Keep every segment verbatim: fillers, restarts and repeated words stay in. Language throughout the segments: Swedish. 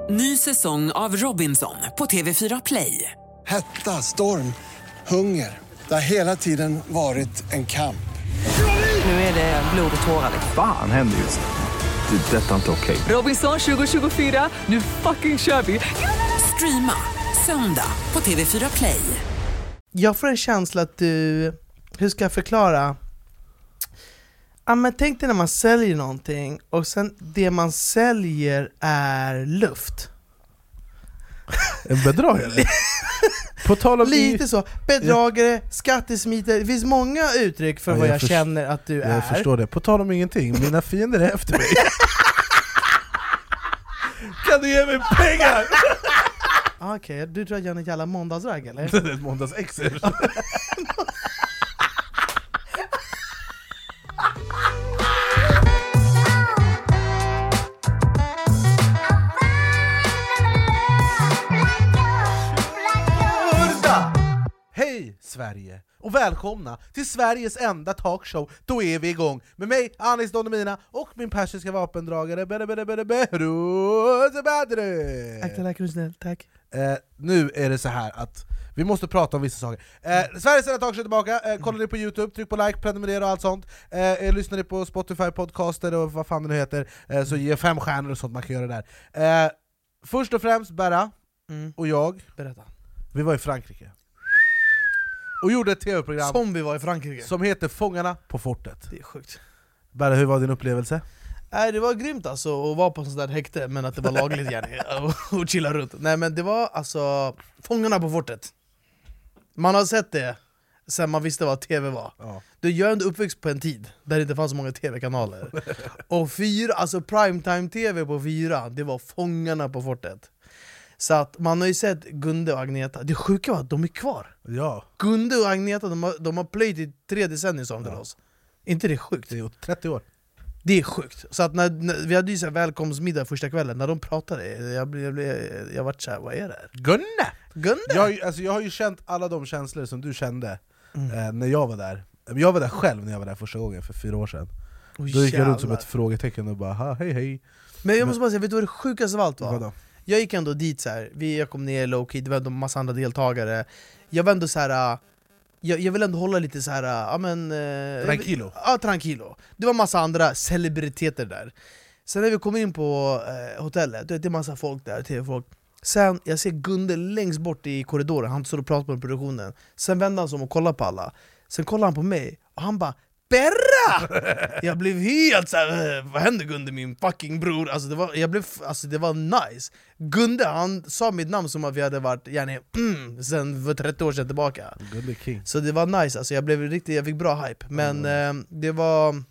Ny säsong av Robinson på T V fyra Play. Hetta, storm, hunger. Det har hela tiden varit en kamp. Nu är det blod och tårar. Fan händer just det. Det är detta inte okej. Robinson tjugo tjugofyra, nu fucking kör vi. Streama söndag på T V fyra Play. Jag får en känsla att du, hur ska jag förklara? Ja, men tänk dig när man säljer någonting och sen det man säljer är luft. En bedragare? På tal om lite i... så, bedragare, skattesmitare. Det finns många uttryck för ja, vad jag, jag först... känner att du jag är. Jag förstår det. På tal om ingenting, mina fiender är efter mig. Kan du ge mig pengar? Okej, okay, du tror att jag är en jävla måndagsragg eller? Det är ett måndagsexer. Hej Sverige och välkomna till Sveriges enda talkshow. Då är vi igång med mig, Anis Don Demina och min persiska vapendragare Bede Bede Bede Behrouz Badri. Tack, tack, tack, snäll, tack. Eh, nu är det så här att vi måste prata om vissa saker. eh, Sveriges enda talkshow tillbaka. eh, Kolla ni på YouTube, tryck på like, prenumerera och allt sånt. eh, Lyssnar ni på Spotify podcaster och vad fan det nu heter, eh, så ge fem stjärnor och sånt man kan göra där. eh, Först och främst Berra Mm. och jag, Berätta. vi var i Frankrike och gjorde ett tv-program Som vi var i Frankrike. som heter Fångarna på fortet. Det är sjukt. Berra, hur var din upplevelse? Nej, det var grymt alltså att vara på sånt där häkte, men att det var lagligt gärna och, och chilla runt. Nej men det var alltså Fångarna på fortet. Man har sett det sen man visste vad tv var. Ja. Du gör ändå uppväxt på en tid där det inte fanns så många tv-kanaler. Och fyra, alltså primetime-tv på fyra, det var Fångarna på fortet. Så att man har ju sett Gunde och Agneta. Det sjuka var att de är kvar. Ja. Gunde och Agneta, de har, de har plöjt i tre decennier som till Ja. oss. Inte det sjukt? Det är trettio år. Det är sjukt. Så att när, när vi hade ju så här välkomstmiddag första kvällen, när de pratade, jag blev, jag, blev, jag var såhär, vad är det här? Gunne! Gunde! Jag, alltså, jag har ju känt alla de känslor som du kände Mm. eh, när jag var där. Jag var där själv när jag var där första gången för fyra år sedan. Oh, Då gick jag runt som jävlar. ett frågetecken och bara, ha, hej hej. Men jag måste bara säga, vet du vad det sjukaste av allt var? Vadå? Jag gick ändå dit så här. Vi, jag kom ner low-key, det var ändå en massa andra deltagare. Jag var ändå så här. Jag, jag vill ändå hålla lite så här, ja men... Eh, Tranquilo. Ja, tranquilo. Det var massa andra celebriteter där. Sen när vi kom in på eh, hotellet, det är massa folk där, tv-folk. Sen, jag ser Gunde längst bort i korridoren, han står och pratar med produktionen. Sen vänder han sig om och kollar på alla. Sen kollar han på mig, och han bara Berra! Jag blev helt såhär, vad hände Gunde min fucking bror? Alltså det var, jag blev, alltså det var nice. Gunde, han sa mitt namn som att vi hade varit gärna, mm, sen för trettio år sedan tillbaka. Gunde King. Så det var nice, alltså jag blev riktigt, jag fick bra hype. Men mm. eh, det var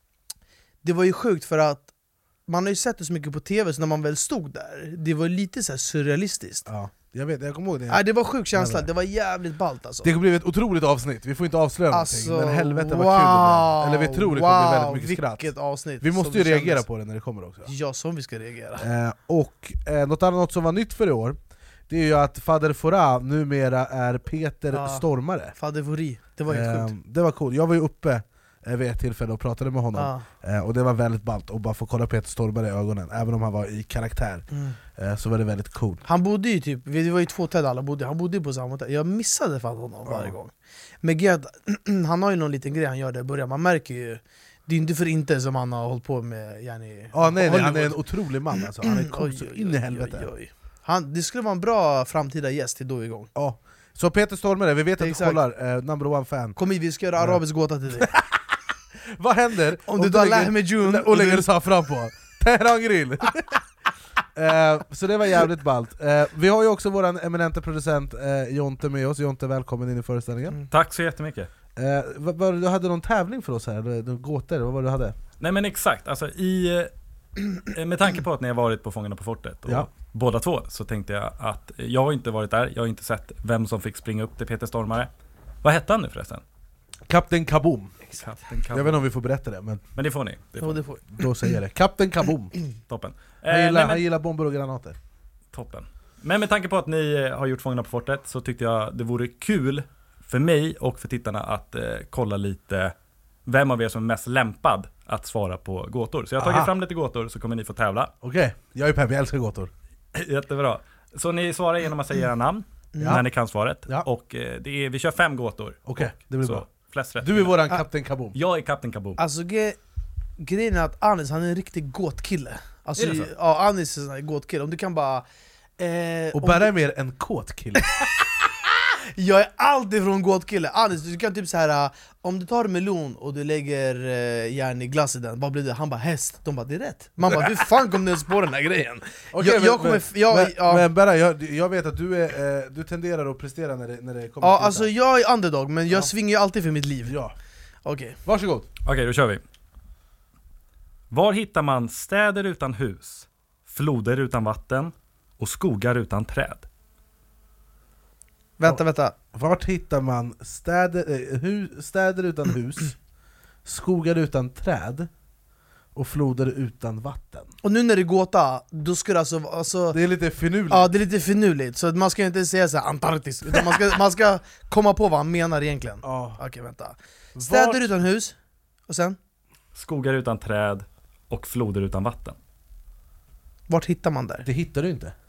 Det var ju sjukt för att man har ju sett det så mycket på tv, så när man väl stod där, det var lite så här surrealistiskt. Ja, jag vet, jag kommer ihåg det. Ja, det var sjuk känsla, det var jävligt ballt alltså. Det kommer bli ett otroligt avsnitt, vi får inte avslöja alltså, någonting. Men helvete vad wow, kul det blev. Eller vi tror det kommer bli väldigt mycket vilket skratt. Vilket avsnitt. Vi måste ju det reagera kändes. på det när det kommer också. Ja, som vi ska reagera. eh, Och eh, något annat som var nytt för i år, det är ju att Fader Fora numera är Peter Ja. Stormare. Fader Fori, det var helt eh, sjukt. Det var cool, jag var ju uppe eh, vid ett tillfälle och pratade med honom. Ja. eh, Och det var väldigt ballt att bara få kolla Peter Stormare i ögonen. Även om han var i karaktär, Mm. eh, så var det väldigt cool. Han bodde ju typ, det var ju två hotell alla bodde, han bodde ju på samma hotell. Jag missade fan honom Ja. varje gång. Men Gerd, han har ju någon liten grej han gör där i början, man märker ju. Det är inte för inte som han har hållit på med yani, Ja, nej, nej, han är en Hollywood. otrolig man alltså. Han är Mm, cool oj, så oj, in i oj, helvete. oj, oj. Han, det skulle vara en bra framtida gäst till Då igång. Ja. Så Peter Stormare, vi vet att du Exakt. kollar, eh, number one fan. Kom hit, vi ska göra arabisk gåta till dig. Vad händer Om du tar lägger- Lahme Jun och lägger saffran på Teheran grill? eh, Så det var jävligt ballt. eh, Vi har ju också våran eminenta producent eh, Jonte med oss. Jonte, välkommen in i föreställningen. Mm. Tack så jättemycket. eh, vad, vad, Du hade någon tävling för oss här, eller någon gåtor, vad var det du hade? Nej men exakt, alltså i, eh, med tanke på att ni har varit på Fångarna på fortet och Ja. båda två, så tänkte jag att jag har inte varit där, jag har inte sett vem som fick springa upp till Peter Stormare. Vad hette han nu förresten? Kapten Kaboom. Kapten Kaboom. Jag vet inte om vi får berätta det, men Men det får ni, det får Jo, ni. det får. då säger jag det. Kapten Kaboom. Toppen. Han Eh, gillar, nej, han men, gillar bomber och granater. toppen. Men med tanke på att ni eh, har gjort Fångarna på fortet, så tyckte jag det vore kul för mig och för tittarna att eh, kolla lite vem av er som är mest lämpad att svara på gåtor. Så jag har tagit Aha. fram lite gåtor, så kommer ni få tävla. Okej, okay. Jag är pepp, jag älskar gåtor. Jättebra. Så ni svarar genom att säga era namn Mm. när ni kan svaret. Ja. Och eh, det är, vi kör fem gåtor. Okej, det blir Så bra. flest rätt. Du är våran Kapten Kaboom. Jag är Kapten Kaboom. Alltså ge, grejen är att Anis, han är en riktig gåtkille. Alltså, Är det så? ja, Anis är en sån här gåtkille. Om du kan bara... Eh, Och om Berra du- är mer en kåt kille. Jag är alltid från gåtkille. Anis, du kan typ så här uh, om du tar melon och du lägger uh, järn i glass i den, vad blir det? Han bara häst. De bara, det är rätt. Man bara, hur fan kom du ens på den här grejen? Okej, jag, men, jag kommer... men, f- jag, men, ja, men Berra, jag, jag vet att du, är, eh, du tenderar att prestera när det, när det kommer ja, till alltså det. jag är underdog, men jag Ja. svingar ju alltid för mitt liv. Ja, Okej. varsågod. Okej, då kör vi. Var hittar man städer utan hus, floder utan vatten och skogar utan träd? Vänta, vänta. Vart hittar man städer, eh, hu, städer utan hus, skogar utan träd och floder utan vatten? Och nu när det är gåta, då ska det alltså... alltså Det är lite finurligt. ja, det är lite finurligt, så att man ska inte säga så här Antarktis, utan man ska, man ska komma på vad han menar egentligen. Ja. Okej, vänta. Städer Vart- utan hus, och sen? Skogar utan träd och floder utan vatten. Vart hittar man där? Det hittar du inte.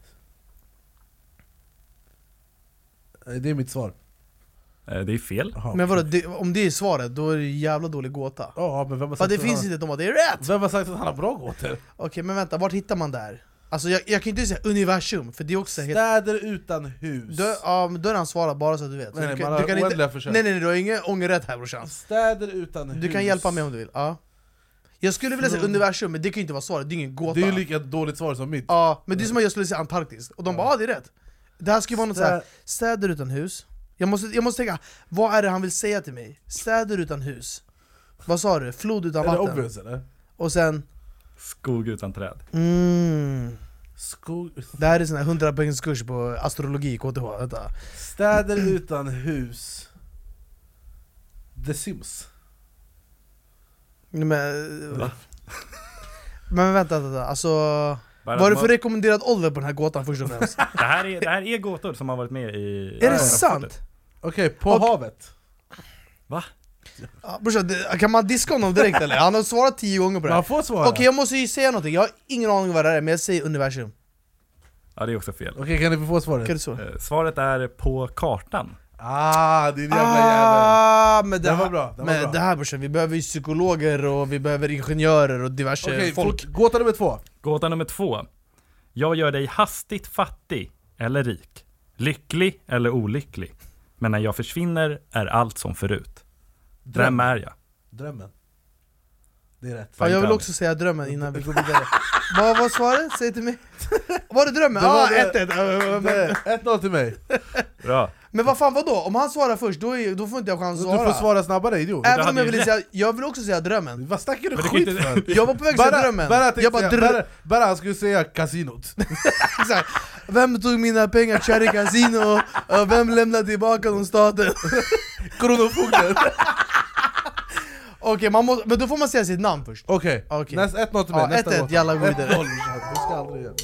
Det är mitt svar. Eh, Det är fel. Jaha. Men vadå, det, om det är svaret, då är det en jävla dålig gåta. Ja, men vem har För sagt det att finns han, inte, de bara, det är rätt! Vem har sagt att han har bra gåtor? Okej, men vänta, vart hittar man där? Alltså jag, jag kan inte säga universum, för det är också helt... Städer utan hus. Då, ja, men då är han svarat bara så att du vet. Nej, nej, du, man kan, har du kan oändliga inte, försök. nej, nej, nej, du har ingen ångerrätt här brorsan. Städer utan hus. Du kan hjälpa mig om du vill. Ja. Jag skulle vilja säga Från- universum, men det kan ju inte vara svaret, det är ingen gåta. Det är ju lika dåligt svar som mitt. Ja, men det är som att jag skulle säga Antarktis, och de bara ja, det är rätt. Det här ska ju vara något Stä- såhär, städer utan hus. Jag måste, jag måste tänka, vad är det han vill säga till mig? Städer utan hus. Vad sa du? Flod utan Är det vatten. obvious eller? Och sen... Skog utan träd. Mm, Skog... det här är sån här hundra poängs kurs på astrologi, K T H. Vänta. Städer utan hus. The Sims. Nej, Men, men vänta, vänta, alltså... Bara- Vad är det för vad- rekommenderad ålder på den här gåtan först och främst? Det här är, det här är gåtor som har varit med i... Är det i sant? rapporten. Okej, på Och- havet. Va? Ja, brorsan, det- kan man diska honom direkt eller? Han har svarat tio gånger på det här. Man får svara. Okej, jag måste ju säga någonting, jag har ingen aning vad det är, men jag säger universum. Ja, det är också fel. Okej, kan ni få svaret? Kan du så? Eh, Svaret är på kartan. Ah, din jävla jävel. Ah, men det Den var här, bra, den var men bra. det här brorsan, vi behöver ju psykologer och vi behöver ingenjörer och diverse Okej, folk. fort- gåta nummer två. Gåta nummer två. Jag gör dig hastigt fattig eller rik. Lycklig eller olycklig. Men när jag försvinner är allt som förut. Vem är jag? Drömmen. Det är rätt. Ja, jag vill inte också säga drömmen innan vi går vidare. Vad var svaret? Säg till mig. Var det drömmen? Det var Ja, det. ett ett. Det är ett noll till mig. Bra. Men vad fan, vadå? Om han svarar först, då, är, då får inte jag chans att Du svara. får svara snabbare, idiot. Även Du om hade jag ju vill rätt. säga, jag vill också säga drömmen. Vad snackar du Men det kan skit inte- för? Jag var på väg att säga drömmen. bara, tänkte Jag bara säga- drö- bara, bara han skulle säga kasinot. Exakt. Vem tog mina pengar, kär i kasino? Och vem lämnade tillbaka dem staten? Kronofogden. Okej, man måste, men då får man säga sitt namn först. Okej, Okej. näst ett noll till mig. Ja, nästa ett ett, gåta. jalla, gå vidare. ett noll, du ska aldrig igen.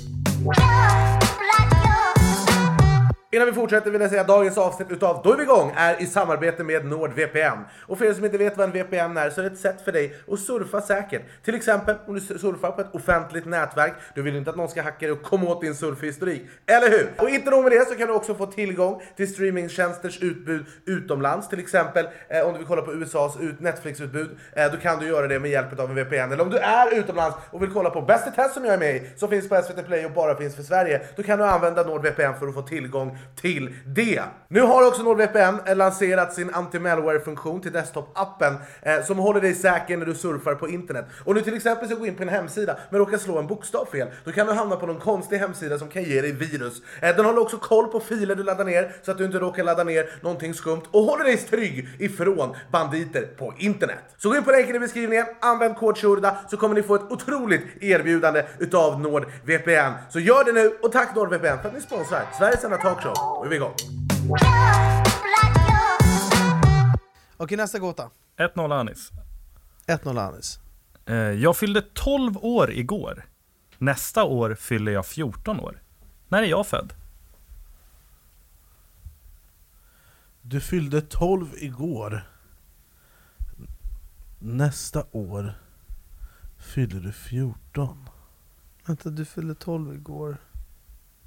Innan vi fortsätter vill jag säga att dagens avsnitt utav Då är vi igång är i samarbete med NordVPN. Och för er som inte vet vad en V P N är så är det ett sätt för dig att surfa säkert. Till exempel om du surfar på ett offentligt nätverk, du vill inte att någon ska hacka dig och komma åt din surfhistorik. Eller hur? Och inte nog med det så kan du också få tillgång till streamingtjänsters utbud utomlands. Till exempel eh, om du vill kolla på U S A's ut Netflix-utbud, eh, då kan du göra det med hjälp av en V P N. Eller om du är utomlands och vill kolla på Bäst i test som jag är med i, som finns på S V T Play och bara finns för Sverige, då kan du använda NordVPN för att få tillgång till det. Nu har också NordVPN lanserat sin anti-malware-funktion till desktop-appen eh, som håller dig säker när du surfar på internet. Och nu till exempel så går in på en hemsida men råkar slå en bokstav fel, då kan du hamna på någon konstig hemsida som kan ge dig virus. Eh, den håller också koll på filer du laddar ner så att du inte råkar ladda ner någonting skumt och håller dig trygg ifrån banditer på internet. Så gå in på länken i beskrivningen, använd kod Shurda så kommer ni få ett otroligt erbjudande utav NordVPN. Så gör det nu och tack NordVPN för att ni sponsrar Sveriges enda talkshow. Då är vi igång. Okej, nästa gåta. ett noll Anis. ett noll Anis. Eh, Jag fyllde tolv år igår. Nästa år fyller jag fjorton år. När är jag född? Du fyllde tolv igår. Nästa år fyller du fjorton. Vänta, du fyllde tolv igår.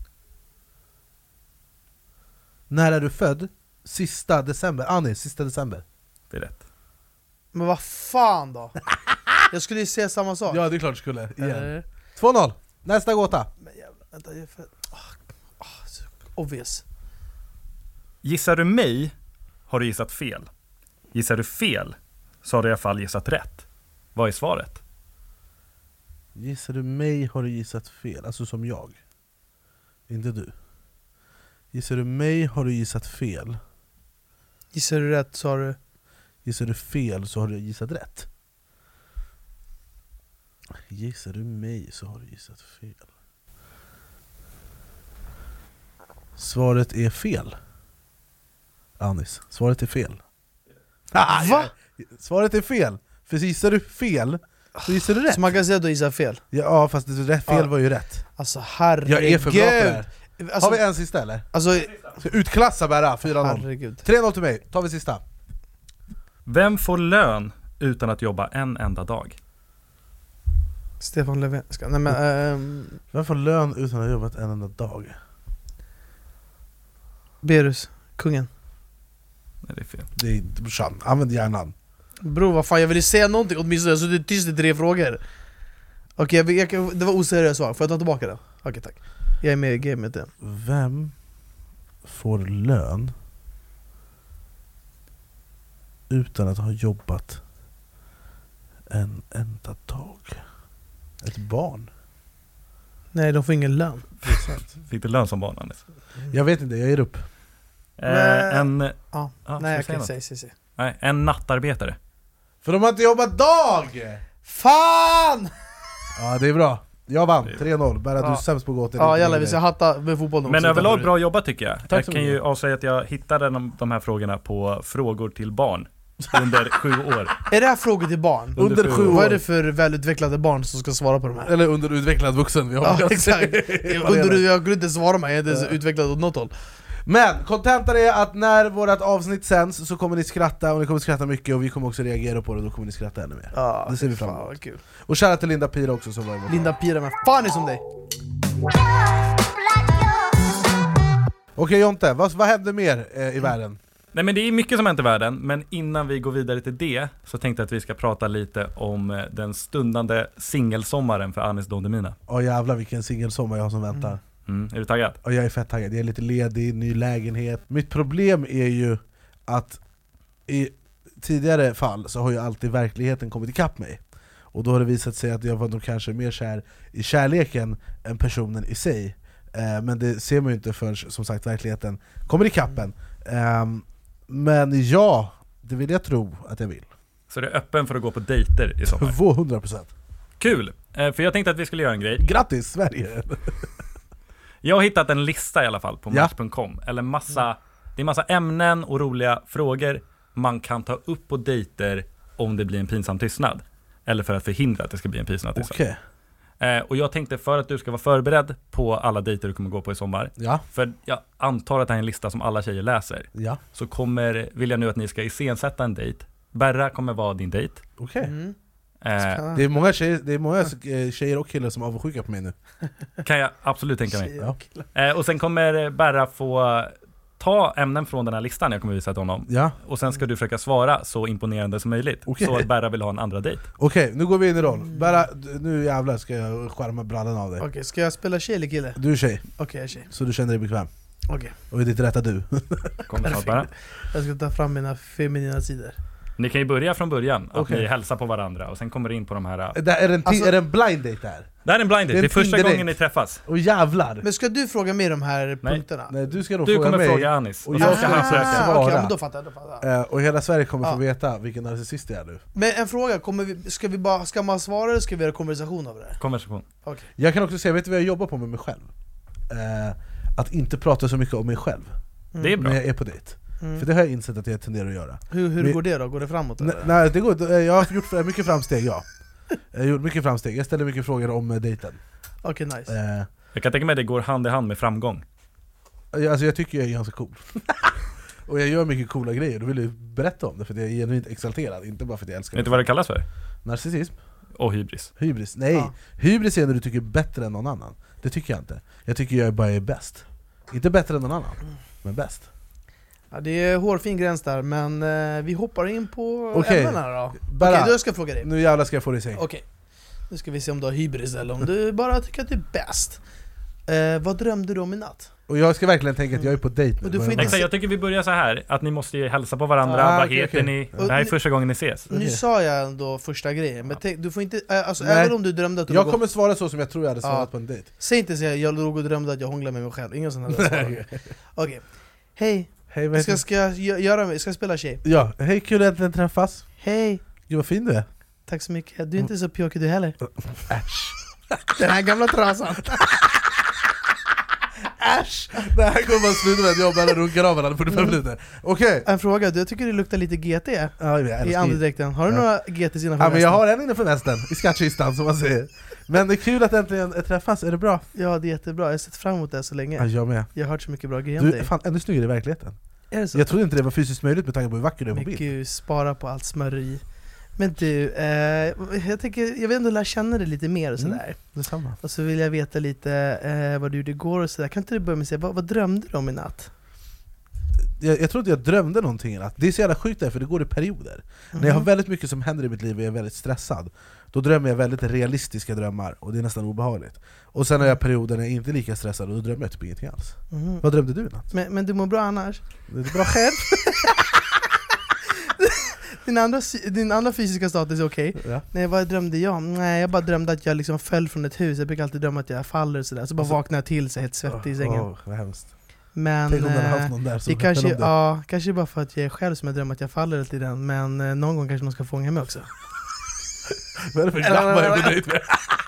När är du född? Sista december. Anis, sista december. Det är rätt. Men vad fan då? Jag skulle ju säga samma sak. Ja, det är klart du skulle. Igen. Eller? två noll. Nästa gåta. Men jävlar, vänta, jag är för... Oh, oh, så obvious. Gissar du mig har du gissat fel. Gissar du fel så har du i alla fall gissat rätt. Vad är svaret? Gissar du mig har du gissat fel. Alltså som jag. Inte du. Gissar du mig har du gissat fel. Gissar du rätt så har du... Gissar du fel så har du gissat rätt. Gissar du mig så har du gissat fel. Svaret är fel. Anis, svaret är fel. Va? Svaret är fel. För gissar du fel så gissar du rätt. Så man kan säga att du gissar fel? Ja, fast det rätt, fel Ja. var ju rätt. Alltså herregud. Jag är för bra på det här. Alltså, Har vi en sista eller? alltså, Ska utklassa bara, fyra noll. herregud. tre noll till mig, tar vi sista. Vem får lön utan att jobba en enda dag? Stefan Löfven ska... Nej men... ehm, Vem får lön utan att ha jobbat en enda dag? Berus, kungen. Nej, det är fel. Det är brorsan, använd hjärnan. Bro, vad fan, jag ville säga någonting åtminstone, så du är tyst i tre frågor. Okej, okay, jag, jag, det var oseriöst svar, får jag ta tillbaka det? Okej, okay, tack. Jag är med i gamet igen. Vem får lön utan att ha jobbat en enda dag? Ett barn? Nej, de får ingen lön. Fick du lön som barn, Anders? Jag vet inte, jag ger upp. Eh, en, Ja, Ja, ska nej jag jag säga kan något? säga, säga, säga. nej, en nattarbetare. För de har inte jobbat dag! Fan! Ja, det är bra. Jag vann, tre noll. Bara du är Ja. sämst på gåtor. Ja, jävlar, vi ska hatta med fotbollen Men också. överlag bra jobbat tycker jag. Tack jag så kan mycket. ju avslöja att jag hittade de, de här frågorna på frågor till barn under sju år. Är det här frågor till barn? Under sju sju år. Vad är år. det för välutvecklade barn som ska svara på de här? Eller underutvecklad vuxen. Vi har Ja, exakt. Under, jag kunde inte svara mig, jag är inte så utvecklad åt något håll. Men kontentan är att när vårt avsnitt sänds så kommer ni skratta, och ni kommer skratta mycket, och vi kommer också reagera på det, och då kommer ni skratta ännu mer. Ja, Det ser vi fan, fram emot. vad kul. Och kära till Linda Pira också som var i vår Linda Pira, men fan är som dig? Okej Jonte, vad, vad händer mer eh, i världen? Nej, men det är mycket som hänt i världen, men innan vi går vidare till det så tänkte jag att vi ska prata lite om eh, den stundande singelsommaren för Anis Don Demina. Åh jävlar vilken singelsommar jag har som väntar. Mm, är du taggad? Och jag är fett taggad, jag är lite ledig, ny lägenhet. Mitt problem är ju att i tidigare fall så har ju alltid verkligheten kommit ikapp mig. Och då har det visat sig att jag var nog kanske mer kär i kärleken än personen i sig. Eh, men det ser man ju inte förrän som sagt verkligheten kommer ikapp en. Eh, men ja, det vill jag tro att jag vill. Så du är öppen för att gå på dejter i sommar? tvåhundra procent. Kul! Eh, för jag tänkte att vi skulle göra en grej. Grattis Sverige! Jag har hittat en lista i alla fall på Ja. match punkt com. Eller massa, det är massa ämnen och roliga frågor man kan ta upp på dejter om det blir en pinsam tystnad. Eller för att förhindra att det ska bli en pinsam tystnad. Okej, Eh, och jag tänkte för att du ska vara förberedd på alla dejter du kommer gå på i sommar. ja, För jag antar att det här är en lista som alla tjejer läser. ja, Så kommer, vill jag nu att ni ska iscensätta en dejt. Berra kommer vara din dejt. okej. Mm. Eh, Det är många tjejer, det är många eh, tjejer och killar som är avundsjuka på mig nu. kan jag absolut tänka mig. Ja. Eh, och sen kommer Berra få ta ämnen från den här listan jag kommer visa till honom. Ja, Och sen ska du försöka svara så imponerande som möjligt. Okej. Så att Berra vill ha en andra dejt. okej, nu går vi in i roll. Bara, d- nu jävlar ska jag skärma brallan av dig. Okej, ska jag spela tjej eller kille? Du är tjej, Okej, jag är tjej. så du känner dig bekväm. Okej, Och är ditt rätta du. Kommer snart, Berra. jag ska ta fram mina feminina sidor. Ni kan ju börja från början. Att Okej. ni hälsar på varandra. Och sen kommer det in på de här... Är det, är det en, ti- Alltså- är det en blind date där? Det här är en blind Det är date. en Det är första Tinder-date. gången ni träffas. Och jävlar! Men ska du fråga mig de här Nej. punkterna? Nej, du ska nog Du fråga kommer mig. fråga Anis. och Och jag sen ska ska han försöka söka. svara. Okej, men då fattar jag, då fattar jag. Eh, och hela Sverige kommer Ja. få veta vilken narcissist jag är nu. Men en fråga, kommer vi, ska, vi bara, ska man svara eller ska vi göra konversation av det här? Konversation. Okej. Jag kan också säga, vet du vad jag jobbar på med mig själv? Eh, att inte prata så mycket om mig själv Det är bra. när jag är på dejt. Mm. För det har jag insett att jag tenderar att göra. Hur, hur Vi- går det då? Går det framåt Nej, eller? nej, det går, jag har gjort för- mycket framsteg, ja. Jag har gjort mycket framsteg, jag ställer mycket frågor om eh, dejten. Okej, nice. Eh, Jag kan tänka mig att det går hand i hand med framgång. jag- alltså jag tycker jag är ganska cool. Och jag gör mycket coola grejer, då vill jag berätta om det för att jag är genuint exalterad, inte bara för att jag älskar Vet du mig. vad det kallas för? Narcissism? Och hybris. Hybris? Nej, Ja. hybris är när du tycker bättre än någon annan. Det tycker jag inte. Jag tycker jag bara är bäst. Inte bättre än någon annan, men bäst. Ja, det är hårfin gräns där, men eh, vi hoppar in på Okej. ämnena då. Bara, Okej, då jag ska fråga dig. nu jävlar ska jag få dig i säng. Okej, nu ska vi se om du har hybris eller om du bara tycker att det är bäst. Eh, vad drömde du om i natt? Och jag ska verkligen tänka att jag är på dejt Och nu. du får inte- Exakt, jag tycker vi börjar så här att ni måste ju hälsa på varandra. Ah, Vad okej, heter okej. ni? Och Det här är ni- första gången ni ses. Nu Okej. sa jag ändå första grejen, men tänk, du får inte, eh, alltså, Nej. även om du drömde att du Jag låg kommer svara så som jag tror jag hade svarat Ja. på en dejt. säg inte så här, jag låg och drömde att jag hånglade med mig själv, ingen sån här svar. Okej, hej, Hej, vad jag heter ska, ska jag gö- göra mig, ska jag spela tjej? du? Ja, hej, kul att äntligen träffas. Hej, Gud vad fin du är. tack så mycket, du är inte så pjåkig du heller. Äsch. Den här gamla trasan. Äsch! Det här kommer man sluta med att jag bara runkar av varandra på fyrtiofem minuter. Okej. En fråga, du, jag tycker det luktar lite G T Ja, jag i älskar andedräkten. Har du Ja. några G T's innanför Ja, men jag västen? har en innanför västen, i skattkistan som man säger. Men det är kul att äntligen träffas, är det bra? Ja, det är jättebra, jag har sett fram emot det så länge. Ja, jag med. Jag har hört så mycket bra grejer om Du dig. är fan ännu snyggare i verkligheten. Är det så? Jag trodde inte det var fysiskt möjligt med tanke på hur vacker du är på Men bild. gud, spara på allt smörj. Men du, eh, jag, tänker, jag vill ändå lära känna dig lite mer och sådär. Mm. Detsamma. Och så vill jag veta lite eh, vad du gjorde igår och sådär. Kan inte du börja med att säga, vad, vad drömde du om i natt? Jag, jag tror inte jag drömde någonting i natt. Det är så jävla sjukt där, för det går i perioder. När jag har väldigt mycket som händer i mitt liv och jag är väldigt stressad, då drömmer jag väldigt realistiska drömmar, och det är nästan obehagligt. Och sen har jag perioder när jag inte är lika stressad, och då drömmer jag typ ingenting alls. Mhm. Vad drömde du i natt? Men, men du mår bra annars? Det är bra själv. Din andra, sy- din andra fysiska status är okej. Ja. Nej, vad drömde jag? Nej, jag bara drömde att jag liksom föll från ett hus. Jag brukar alltid drömma att jag faller och sådär. Så bara Alltså- vaknar jag till så helt svettig i sängen. Åh, vad hemskt. Men Tänk om du hade eh, haft någon där som det kanske, höll om det. ja, kanske bara för att jag är själv som jag drömmer att jag faller hela tiden. Men eh, någon gång kanske någon ska fånga mig också. Vad är det för grabbar jag är på dejt med?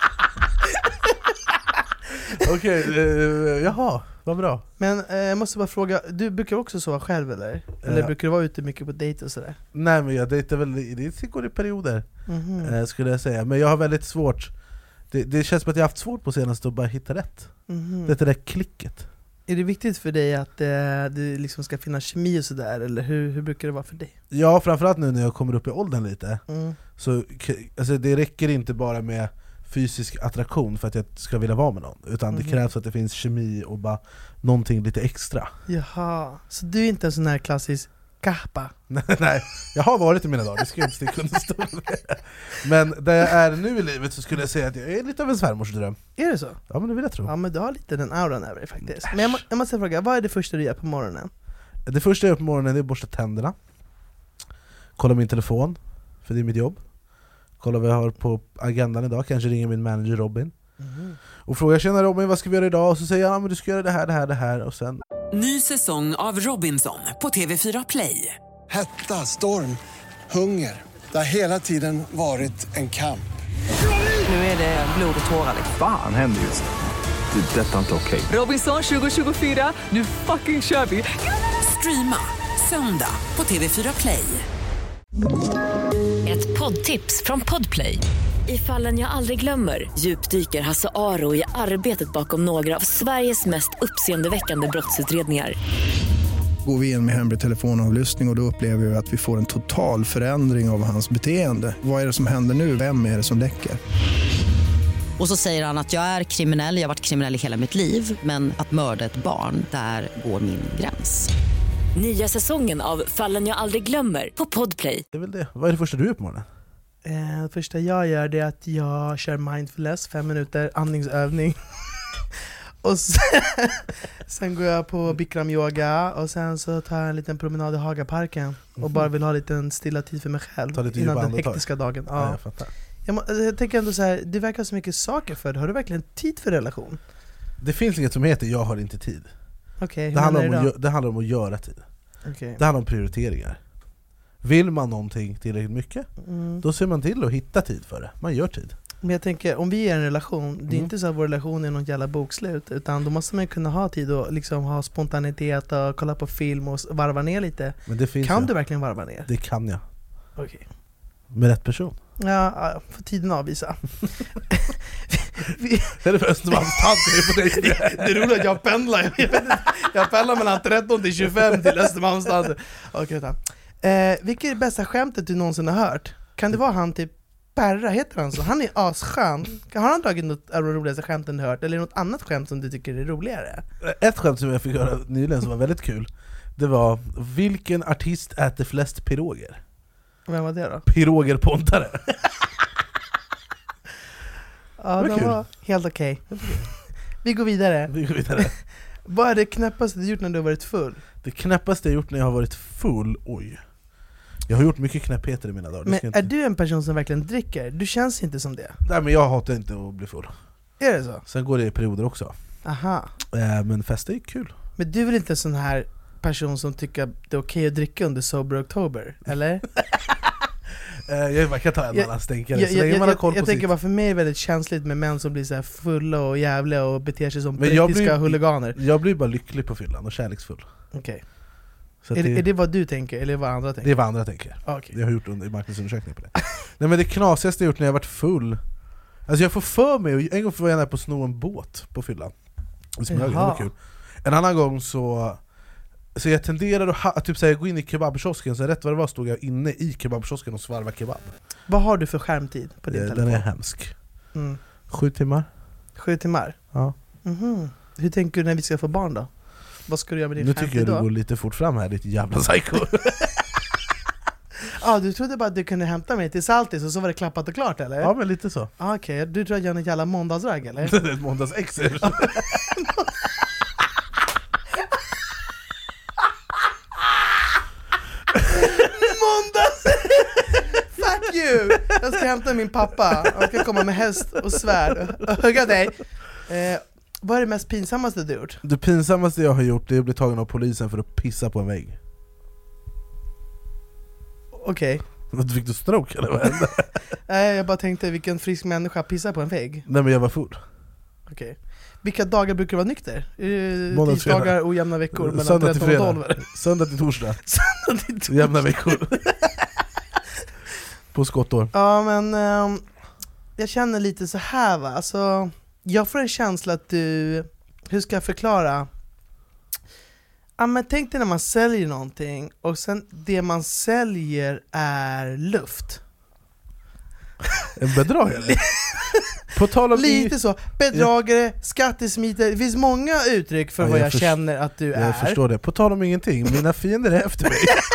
Okej, eh, jaha, vad bra. Men eh, jag måste bara fråga, du brukar också sova själv eller? Eller Ja. brukar du vara ute mycket på dejt och sådär? Nej, men jag dejtar väl, i- det går i perioder, Mhm. eh, skulle jag säga. Men jag har väldigt svårt, det, det känns som att jag har haft svårt på senaste att bara hitta rätt. Mhm. Det är det där klicket. Är det viktigt för dig att eh, det liksom ska finnas kemi och sådär? Eller hur, hur brukar det vara för dig? Ja, framförallt nu när jag kommer upp i åldern lite. Mm. Så k- alltså, det räcker inte bara med fysisk attraktion för att jag ska vilja vara med någon, utan Mhm. det krävs att det finns kemi och bara någonting lite extra. Jaha, så du är inte en sån här klassisk kappa? Nej, jag har varit i mina dagar, det ska jag inte sticka under stol med. Men där jag är nu i livet så skulle jag säga att jag är lite av en svärmorsdröm. Är det så? Ja, men det vill jag tro. Ja, men du har lite den auran över dig faktiskt. Men jag, må, jag måste fråga, vad är det första du gör på morgonen? Det första jag gör på morgonen är att borsta tänderna, kolla min telefon, för det är mitt jobb. Kolla vad jag har på agendan idag, kanske ringer min manager Robin och frågar, tjena Robin, vad ska vi göra idag? Och så säger jag, ja men du ska göra det här, det här, det här. Och sen Ny säsong av Robinson på T V fyra Play. Hetta, storm, hunger. Det har hela tiden varit en kamp. Nu är det blod och tårar. Fan händer just det. Det är detta inte okej. Robinson tjugo tjugofyra, nu fucking kör vi! Streama söndag på T V fyra Play. Ett poddtips från Podplay. I Fallen jag aldrig glömmer djupdyker Hasse Aro i arbetet bakom några av Sveriges mest uppseendeväckande brottsutredningar. Går vi in med hemlig telefonavlyssning och, och då upplever vi att vi får en total förändring av hans beteende. Vad är det som händer nu? Vem är det som läcker? Och så säger han att jag är kriminell, jag har varit kriminell i hela mitt liv, men att mörda ett barn, där går min gräns. Nya säsongen av Fallen jag aldrig glömmer på Podplay. det är väl det. Vad är det första du gör på morgonen? Eh, det första jag gör det är att jag kör mindfulness, fem minuter andningsövning. Och sen, sen går jag på Bikram yoga och sen så tar jag en liten promenad i Hagaparken och bara vill ha lite en stilla tid för mig själv Ta lite innan djupa den andetag. hektiska dagen. Ja, Ja. jag fattar. Jag, må, jag tänker ändå så här, det verkar så mycket saker för dig. Har du verkligen tid för relation? Det finns inget som heter jag har inte tid. Okej, hur Det handlar, menar om du att, då? gö- det handlar om att göra tid. Okej. Det handlar om prioriteringar. Vill man någonting tillräckligt mycket, Mm. då ser man till att hitta tid för det. Man gör tid. Men jag tänker, om vi är i en relation, det är Mm. inte så att vår relation är något jävla bokslut, utan då måste man kunna ha tid och liksom ha spontanitet och kolla på film och s- varva ner lite. Men det finns Kan det. du verkligen varva ner? Det kan jag. Okej. Med rätt person. Ja, ja, får tiden avvisa. Det är det för Östermalmstant på dig. Det är roligt att jag pendlar, jag, vet inte, jag pendlar mellan tretton till tjugofem till Östermalmstant. Okej, vänta. Eh, vilket är det bästa skämtet du någonsin har hört? Kan det vara han typ Perra, heter han så? Han är asskön. Har han dragit något av de roligaste skämten du hört? Eller något annat skämt som du tycker är roligare? Ett skämt som jag fick höra nyligen som var väldigt kul, Det var, vilken artist äter flest piroger? Vem var det då? Piroger Pontare. Ja, det var helt okej. Okay. Vi går vidare. Vi går vidare. Vad är det knäppaste du gjort när du har varit full? Det knäppaste jag gjort när jag har varit full? Oj. Jag har gjort mycket knäppheter i mina dagar. Men inte... är du en person som verkligen dricker? Du känns inte som det. Nej, men jag hatar inte att bli full. Är det så? Sen går det i perioder också. Aha. äh, Men fester är kul. Men du är väl inte en sån här person som tycker att det är okej att dricka under Sober October, eller? Jag kan ta en annan stänkare. Jag, jag, jag, jag, jag tänker bara, för mig är det väldigt känsligt med män som blir så här fulla och jävliga och beter sig som brittiska huliganer. Jag blir bara lycklig på fyllan och kärleksfull. Okej. Okay. Är, det, är det vad du tänker eller vad andra tänker? Det är vad andra tänker. Okay. Jag har gjort under marknadsundersökningar på det. Nej, men det knasigaste jag gjort när jag varit full, alltså jag får för mig, en gång får jag på att sno en båt på fyllan. Det var kul. En annan gång så Så jag tenderar att, ha, att typ säga, gå in i kebabkiosken, så rätt vad det var stod jag inne i kebabkiosken och svarva kebab. Vad har du för skärmtid på din Den telefon? Den är hemsk. Mm. Sju timmar. Sju timmar? Ja. Mm-hmm. Hur tänker du när vi ska få barn då? Vad ska du göra med din skärmtid då? Nu tycker jag du går lite fort fram här, ditt jävla psycho. Ja, ah, du trodde bara att du kunde hämta mig till Saltis och så var det klappat och klart, eller? Ja, men lite så. Ah, okej, okay. Du tror att jag är en jävla måndagsragg, eller? Det är ett måndagsex. Måndags! Fuck you! Jag ska hämta min pappa. Han ska komma med häst och svärd och hugga dig. Eh, vad är det mest pinsammaste du gjort? Det pinsammaste jag har gjort, det är att bli tagen av polisen för att pissa på en vägg. Okej. Okay. Fick du stroke eller vad hände? Nej, jag bara tänkte, vilken frisk människa pissar på en vägg? Nej, men jag var full. Okej. Okay. Vilka dagar brukar du vara nykter? Måndag, tisdagar och jämna veckor mellan söndag till fredag. tolv. Söndag till torsdag. Söndag till torsdag. Jämna veckor. På skottår. Ja, men um, jag känner lite så här, va. Alltså, jag får en känsla att du, hur ska jag förklara? Ja, men tänk dig när man säljer någonting och sen det man säljer är luft. En bedragare. På tal om lite i... så, bedragare, skattesmitare. Det finns många uttryck för ja, vad jag, jag först... känner att du jag är. Jag förstår det. På tal om ingenting, mina fiender är efter mig.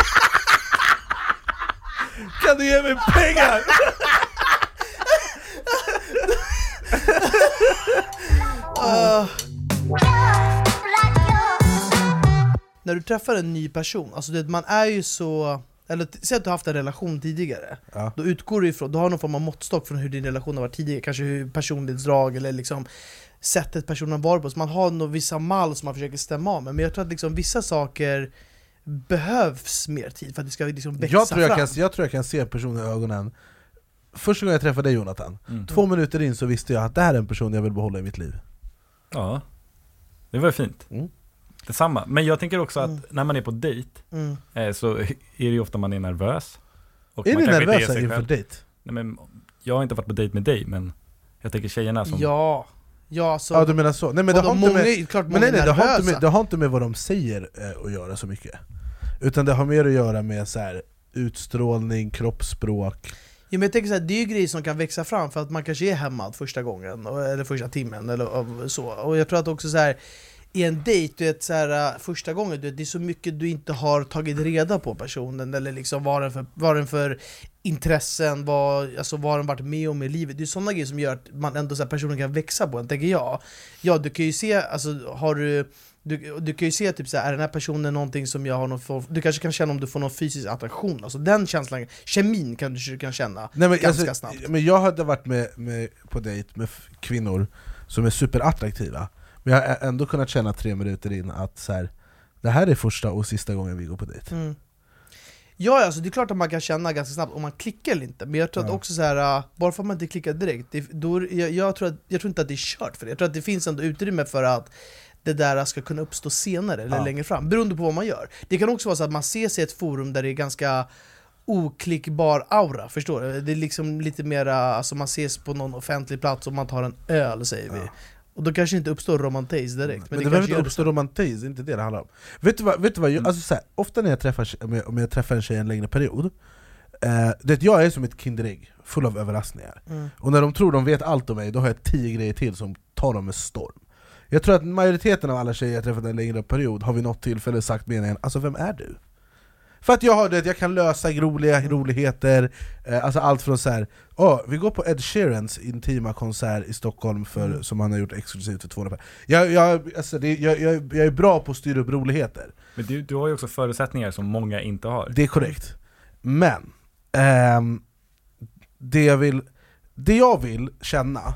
Kan du ge mig pengar? uh. När du träffar en ny person, alltså det, man är ju så, eller säg att du har haft en relation tidigare, ja. Då utgår du ifrån, du har någon form av måttstock från hur din relation har varit tidigare, kanske hur personlighetsdrag eller liksom sättet personen har varit på, så man har nog vissa mall som man försöker stämma av med, men jag tror att liksom vissa saker behövs mer tid för att det ska liksom växa jag tror jag fram. Kan, jag tror jag kan se personen i ögonen. Första gången jag träffade dig, Jonathan, mm. två minuter in så visste jag att det här är en person jag vill behålla i mitt liv. Ja, det var fint. Mm. Detsamma. Men jag tänker också att mm. när man är på dejt mm. eh, så är det ju ofta man är nervös. Och är man ni nervösa är inför dejt? Nej, men jag har inte varit på dejt med dig, men jag tänker tjejerna som... Ja, ja, så... ja du menar så. Nej, men det har inte med... är, klart men nej, nej, det, har inte med, det har inte med vad de säger eh, att göra så mycket. Utan det har mer att göra med så här, utstrålning, kroppsspråk. Ja, men jag tänker så här, det är ju grejer som kan växa fram för att man kanske är hämmad första gången eller första timmen eller så. Och jag tror att också så här, i en dejt, du vet, så här, första gången, du vet, det är så mycket du inte har tagit reda på personen, eller liksom vad den för, vad den för intressen, vad, alltså vad den varit med om i livet. Det är sådana grejer som gör att man ändå, så här, personen kan växa på en, tänker jag. Ja, du kan ju se, alltså har du Du, du kan ju se typ så här, är den här personen någonting som jag har någon för, du kanske kan känna om du får någon fysisk attraktion, alltså den känslan, kemin kan du kan känna. Nej, men ganska alltså, snabbt. Men jag hade varit med, med på dejt med kvinnor som är superattraktiva, men jag har ändå kunnat känna tre minuter in att så här, det här är första och sista gången vi går på dejt. Mm. Ja, alltså det är klart att man kan känna ganska snabbt om man klickar eller inte, men jag tror ja. att också så här, bara för att man inte klickar direkt, det, då, jag, jag, tror att, jag tror inte att det är kört för det. Jag tror att det finns ändå utrymme för att det där ska kunna uppstå senare eller ja. längre fram, beroende på vad man gör. Det kan också vara så att man ser sig i ett forum där det är ganska oklickbar aura, förstår du? Det är liksom lite mer, alltså man ses på någon offentlig plats och man tar en öl, säger vi. Ja. Och då kanske inte uppstår romantism direkt. Men, men det, det behöver inte uppstå romantism, det är inte det det handlar om. Vet du vad, vet du vad jag, alltså så här, ofta när jag träffar, om jag träffar en tjej en längre period, eh, det jag är som ett kinderägg, full av överraskningar. Mm. Och när de tror de vet allt om mig, då har jag tio grejer till som tar dem med storm. Jag tror att majoriteten av alla tjejer jag träffat en längre period har vid något tillfälle sagt meningen, alltså vem är du? För att jag har det, jag kan lösa roliga roligheter, eh, alltså allt från så här, oh, vi går på Ed Sheerans intima konsert i Stockholm för, mm. som han har gjort exklusivt för tvåhundra. Jag, jag, alltså det, jag, jag, jag är bra på att styra upp roligheter. Men du, du har ju också förutsättningar som många inte har. Det är korrekt. Men ehm, det, jag vill, det jag vill känna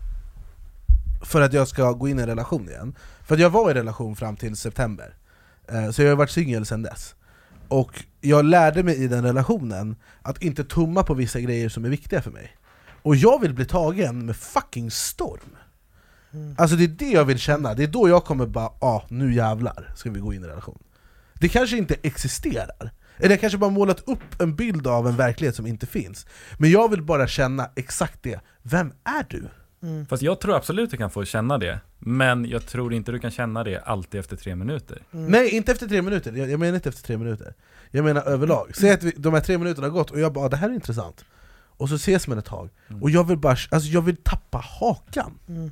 för att jag ska gå in i en relation igen, för att jag var i relation fram till september, eh, så jag har varit singel sedan dess. Och jag lärde mig i den relationen att inte tumma på vissa grejer som är viktiga för mig. Och jag vill bli tagen med fucking storm. Mm. Alltså det är det jag vill känna. Det är då jag kommer bara, ah, nu jävlar ska vi gå in i en relation. Det kanske inte existerar. Eller jag kanske bara målat upp en bild av en verklighet som inte finns. Men jag vill bara känna exakt det. Vem är du? Mm. Fast jag tror absolut du kan få känna det. Men jag tror inte du kan känna det alltid efter tre minuter. Mm. Nej, inte efter tre minuter. Jag, jag menar inte efter tre minuter. Jag menar överlag. Säg att vi, de här tre minuterna har gått och jag bara, ah, det här är intressant. Och så ses man ett tag. Mm. Och jag vill bara, alltså jag vill tappa hakan. Mm.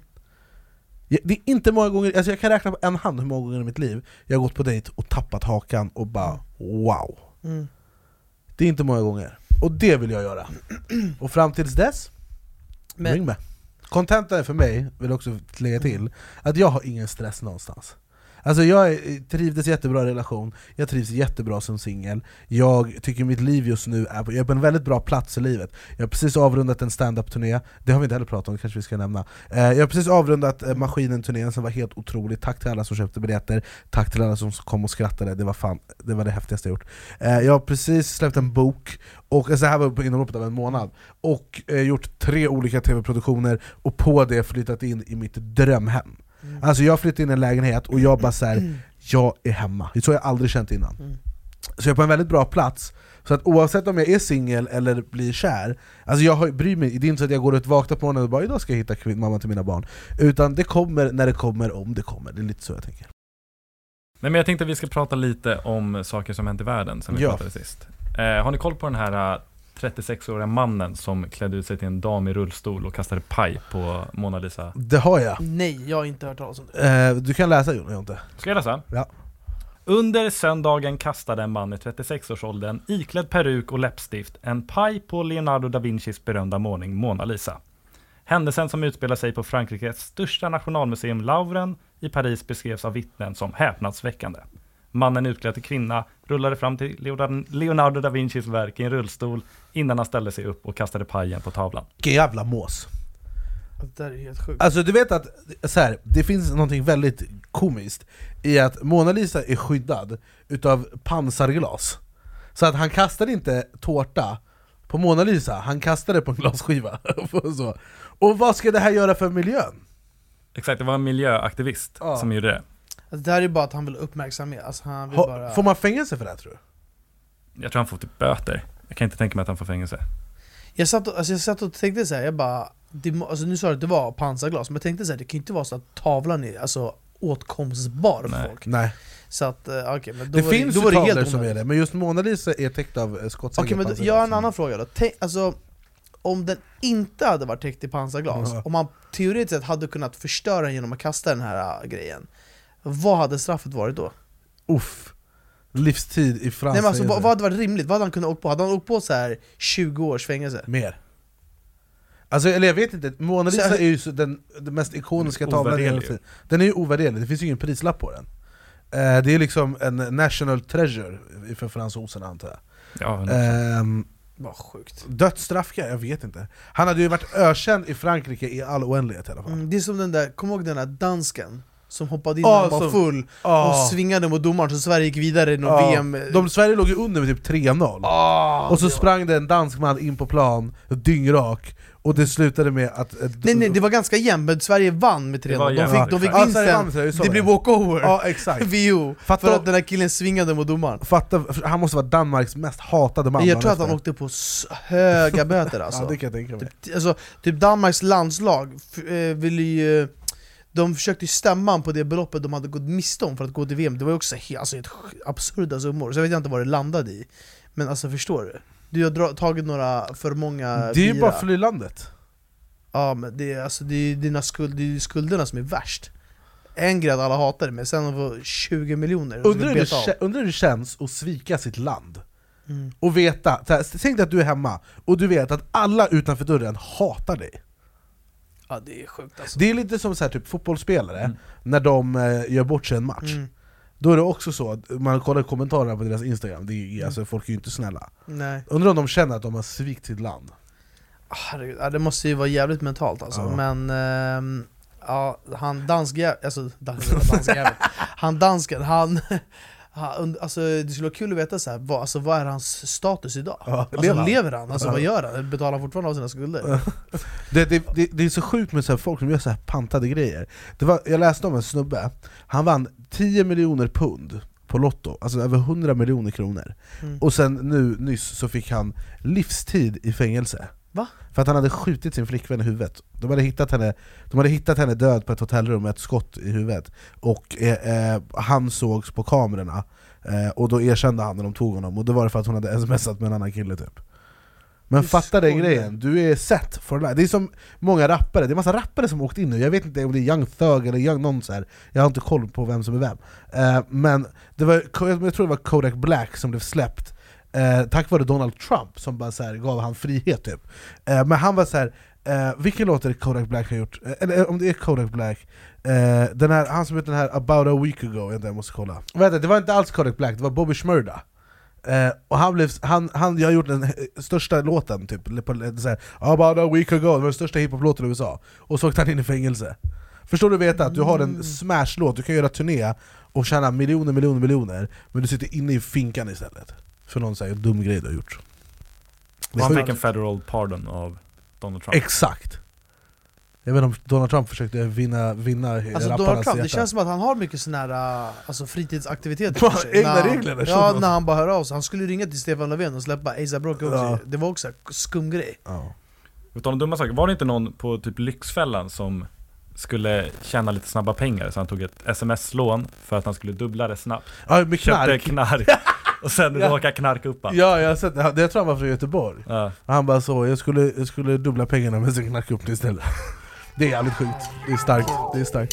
Jag, det är inte många gånger, alltså jag kan räkna på en hand hur många gånger i mitt liv jag har gått på dejt och tappat hakan och bara, wow. Mm. Det är inte många gånger. Och det vill jag göra. Och fram tills dess, Men. ring med. Kontentan för mig, vill också lägga till, att jag har ingen stress någonstans. Alltså jag trivdes jättebra i relation, jag trivs jättebra som singel. Jag tycker mitt liv just nu är på, jag är på en väldigt bra plats i livet. Jag har precis avrundat en stand-up-turné, det har vi inte heller pratat om, det kanske vi ska nämna. Jag har precis avrundat Maskinen-turnén som var helt otroligt. Tack till alla som köpte biljetter, tack till alla som kom och skrattade, det var fan, det var det häftigaste jag gjort. Jag har precis släppt en bok, och så här var på inomloppet av en månad, och gjort tre olika tv-produktioner, och på det flyttat in i mitt drömhem. Mm. Alltså jag flyttade in i en lägenhet och jag bara såhär, mm. jag är hemma. Det är så jag aldrig känt innan. Mm. Så jag är på en väldigt bra plats. Så att oavsett om jag är singel eller blir kär, alltså jag har, bryr mig, det är inte så att jag går ut och vaknar på morgonen och bara, idag ska jag hitta kvinn, mamma till mina barn. Utan det kommer när det kommer, om det kommer. Det är lite så jag tänker. Nej, men jag tänkte att vi ska prata lite om saker som hänt i världen som vi ja. pratade sist. Eh, har ni koll på den här trettiosexåriga mannen som klädde ut sig till en dam i rullstol och kastade paj på Mona Lisa? Det har jag. Nej, jag har inte hört talas om det. Eh, du kan läsa, Jon, jag inte. Ska jag läsa? Ja. Under söndagen kastade en man i trettiosex-årsåldern iklädd peruk och läppstift en paj på Leonardo da Vincis berömda målning Mona Lisa. Händelsen, som utspelar sig på Frankrikes största nationalmuseum Louvren i Paris, beskrevs av vittnen som häpnadsväckande. Mannen, utklädd till kvinna, rullade fram till Leonardo da Vincis verk i en rullstol innan han ställde sig upp och kastade pajen på tavlan. Vilken jävla mås. Det där är helt sjukt. Alltså du vet att så här, det finns någonting väldigt komiskt i att Mona Lisa är skyddad utav pansarglas. Så att han kastade inte tårta på Mona Lisa, han kastade på en glasskiva. Så. Och vad ska det här göra för miljön? Exakt, det var en miljöaktivist ja. som gjorde det. Alltså, det här är bara att han vill uppmärksamhet. Alltså, han vill ha, bara... Får man fängelse för det här, tror du? Jag tror han får typ böter. Jag kan inte tänka mig att han får fängelse. Jag satt och, alltså, jag satt och tänkte så här, jag bara det, alltså, nu sa du att det var pansarglas, men jag tänkte så här, det kan inte vara så att tavlan är alltså åtkomstbar för Nej. folk. Nej. Så att, uh, okay, men då det var finns det, ju då var det tavlor helt som är det, men just Mona Lisa är täckt av skottsäckar. Okej, okay, men jag har en annan fråga då. Tänk, alltså, om den inte hade varit täckt i pansarglas, mm. om man teoretiskt sett hade kunnat förstöra den genom att kasta den här uh, grejen, vad hade straffet varit då? Uff. Livstid i Frankrike. Nej, men alltså, vad, vad hade varit rimligt? Vad hade han kunnat åka på? Hade han åkt på så här tjugo års fängelse? Mer. Alltså, eller jag vet inte, Mona Lisa så, är ju så den, den mest ikoniska tavlan. Den är ju ovärderlig, det finns ju ingen prislapp på den. eh, Det är liksom en national treasure för fransoserna, antar jag. Ja, ehm, vad sjukt. Dödsstraff, jag vet inte. Han hade ju varit ökänd i Frankrike i all oändlighet i alla fall. Mm, det är som den där, kom ihåg den där dansken som hoppade in oh, och var som, full oh. och svingade mot domaren, så Sverige gick vidare i någon oh. V M. De, Sverige låg ju under med typ tre noll. oh, Och så sprang det en dansk man in på plan, dyngrak. Och det slutade med att... Äh, nej, nej, det var ganska jämnt, men Sverige vann med tre noll. De fick, de fick ja, vinsten, det, det blev walkover. Ja, exakt. V O, för att den här killen svingade mot domaren. Fatta, han måste vara Danmarks mest hatade man. Jag tror att han åkte på höga böter alltså. Ja, det kan jag tänka mig. Typ, alltså, typ Danmarks landslag ville ju... De försökte ju stämma på det beloppet de hade gått miste om för att gå till V M. Det var ju också helt, alltså, helt absurda summor. Så jag vet inte vad det landade i. Men alltså, förstår du? Du har dra- tagit några för många Det är bira. ju bara flylandet. Ja, men det är, alltså, det är dina skuld, det är skulderna som är värst. en grej att alla hatar det, men sen får tjugo miljoner. Undrar hur det, undrar hur det känns att svika sitt land. Mm. Och veta, tänk dig att du är hemma och du vet att alla utanför dörren hatar dig. Ja, det är sjukt alltså. Det är lite som så här, typ fotbollsspelare mm. när de eh, gör bort sig en match. Mm. Då är det också så att man kollar kommentarerna på deras Instagram, det är, mm. alltså, folk är ju inte snälla. Nej. Undrar om de känner att de har svikt sitt land. Herregud, ja, det måste ju vara jävligt mentalt alltså. Ja. Men eh, ja, han danska, alltså danska, han dansken, han, han alltså, det skulle vara kul att veta så här, vad, alltså, vad är hans status idag? Ja, alltså, lever han? Lever han? Alltså, ja. Vad gör han? Betalar han fortfarande av sina skulder? det, det, det, det är så sjukt med så här, folk som gör så här pantade grejer. Det var, jag läste om en snubbe, han vann tio miljoner pund på Lotto, alltså över hundra miljoner kronor. Mm. Och sen nu nyss så fick han livstid i fängelse. Va? För att han hade skjutit sin flickvän i huvudet. De hade hittat henne, de hade hittat henne död på ett hotellrum med ett skott i huvudet. Och eh, eh, han sågs på kamerorna. Eh, och då erkände han när de tog honom. Och det var det för att hon hade smsat med en annan kille typ. Men det fatta den grejen, du är set for life. Det är som många rappare, det är massa rappare som åkt in nu. Jag vet inte om det är Young Thug eller Young någon så här. Jag har inte koll på vem som är vem. eh, Men det var, jag tror det var Kodak Black som blev släppt Eh, tack vare Donald Trump som bara så här, gav han frihet typ. eh, Men han var så här, eh, vilken låt är det Kodak Black har gjort? Eh, eller om det är Kodak Black, eh, den här, han som heter den här About a Week Ago, jag måste kolla. Vänta, det var inte alls Kodak Black, det var Bobby Shmurda. eh, Och han blev, han, han jag har gjort den största låten typ, på, så här, About a Week Ago, det var den största hiphop-låten i U S A. Och så åkte han in i fängelse. Förstår du veta att du har en smash-låt, du kan göra turné och tjäna miljoner, miljoner, miljoner, men du sitter inne i finkan istället för någon säger dum grej du har gjort. Och han fick en federal pardon av Donald Trump. Exakt. Jag vet inte om Donald Trump försökte vinna, vinna alltså Donald Trump, det känns som att han har mycket såna här alltså fritidsaktiviteter på sig. Egna regler. Ja, när han bara hör av sig. Han skulle ringa till Stefan Löfven och släppa A$AP Rocky. Ja. Det var också en skum grej. Ja. Utan dumma saker. Var det inte någon på typ Lyxfällan som skulle tjäna lite snabba pengar, så han tog ett sms-lån för att han skulle dubbla det snabbt. Ja, med knark. Köpte knark. Och sen ja. råkade knarka upp han. Ja, jag har sett det. Jag tror han var från Göteborg. Ja. Han bara så, jag skulle, jag skulle dubbla pengarna men sen knarka upp det istället. Det är jävligt sjukt. Det är starkt. Det är starkt.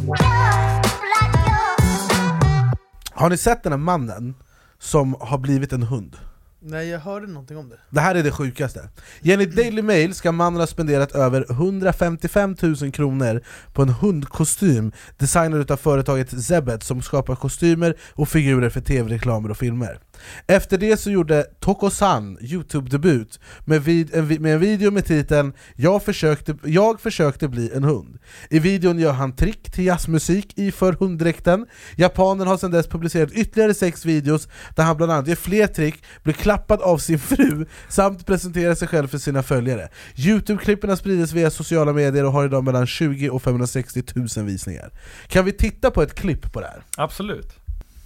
Har ni sett den här mannen som har blivit en hund? Nej, jag hörde någonting om det. Det här är det sjukaste. Enligt Daily Mail ska mannen ha spenderat över hundrafemtiofem tusen kronor på en hundkostym designad av företaget Zebet som skapar kostymer och figurer för tv-reklamer och filmer. Efter det så gjorde Toko-san YouTube-debut med, vid, en, med en video med titeln jag försökte, jag försökte bli en hund. I videon gör han trick till jazzmusik i för hunddräkten. Japanen har sedan dess publicerat ytterligare sex videos där han bland annat gör fler trick, blir klappad av sin fru samt presenterar sig själv för sina följare. YouTube-klipperna sprids via sociala medier och har idag mellan tjugo och femhundrasextio tusen visningar. Kan vi titta på ett klipp på det här? Absolut.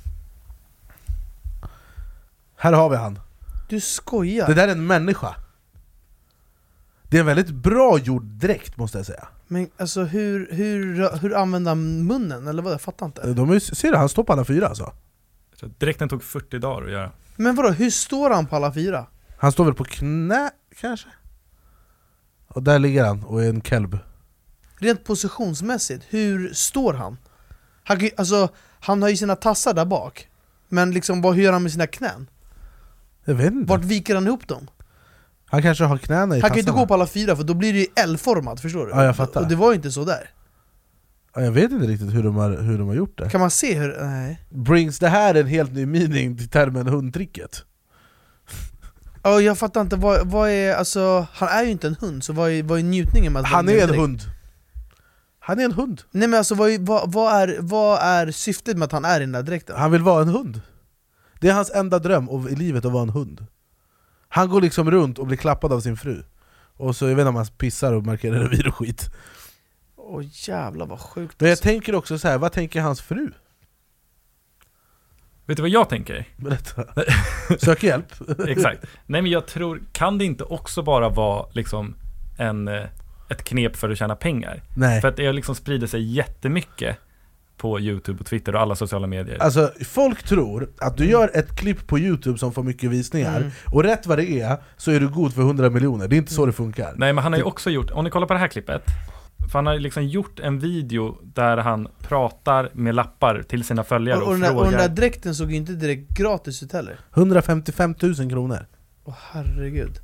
Här har vi han. Du skojar. Det där är en människa. Det är en väldigt bra gjord dräkt måste jag säga. Men alltså hur, hur, hur använder han munnen? Eller vad? Jag fattar inte. De är, ser du, han står på alla fyra alltså. Dräkten tog fyrtio dagar att göra. Men vadå, hur står han på alla fyra? Han står väl på knä kanske. Och där ligger han och är en kelb. Rent positionsmässigt, hur står han? Han, alltså, han har ju sina tassar där bak. Men liksom, vad gör han med sina knän? Jag vet inte. Vart viker han ihop dem? Han kanske har knäna i tassarna. Han kan inte gå på alla fyra för då blir det ju L-format, förstår du? Ja, jag fattar. Och det var ju inte så där. Ja, jag vet inte riktigt hur de har, hur de har gjort det. Kan man se hur... Nej. Brings det här en helt ny mening till termen hundtricket? Ja, jag fattar inte. Vad, vad är... Alltså, han är ju inte en hund, så vad är, vad är njutningen med att han är en hund. Han är en hund. Nej men alltså, vad är, vad, vad, är, vad är syftet med att han är i den där dräkten? Han vill vara en hund. Det är hans enda dröm i livet att vara en hund. Han går liksom runt och blir klappad av sin fru. Och så jag vet inte om han pissar och markerar revir och skit. Åh jävlar vad sjukt. Men jag tänker också så här, vad tänker hans fru? Vet du vad jag tänker? Berätta. Sök hjälp. Exakt. Nej men jag tror, kan det inte också bara vara liksom en, ett knep för att tjäna pengar? Nej. För att det liksom sprider sig jättemycket på YouTube och Twitter och alla sociala medier. Alltså folk tror att du mm. gör ett klipp på YouTube som får mycket visningar mm. och rätt vad det är så är du god för hundra miljoner. Det är inte så det funkar. Nej men han har ju också gjort, om ni kollar på det här klippet, För han har liksom gjort en video där han pratar med lappar till sina följare och, och, och, frågar... och den där dräkten såg ju inte direkt gratis ut heller. hundrafemtiofem tusen kronor. Åh herregud.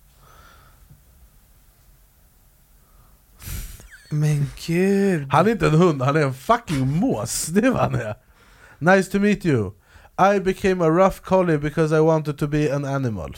Men gud. Han är inte en hund, han är en fucking mås. Det är vad han är. Nice to meet you. I became a rough collie because I wanted to be an animal.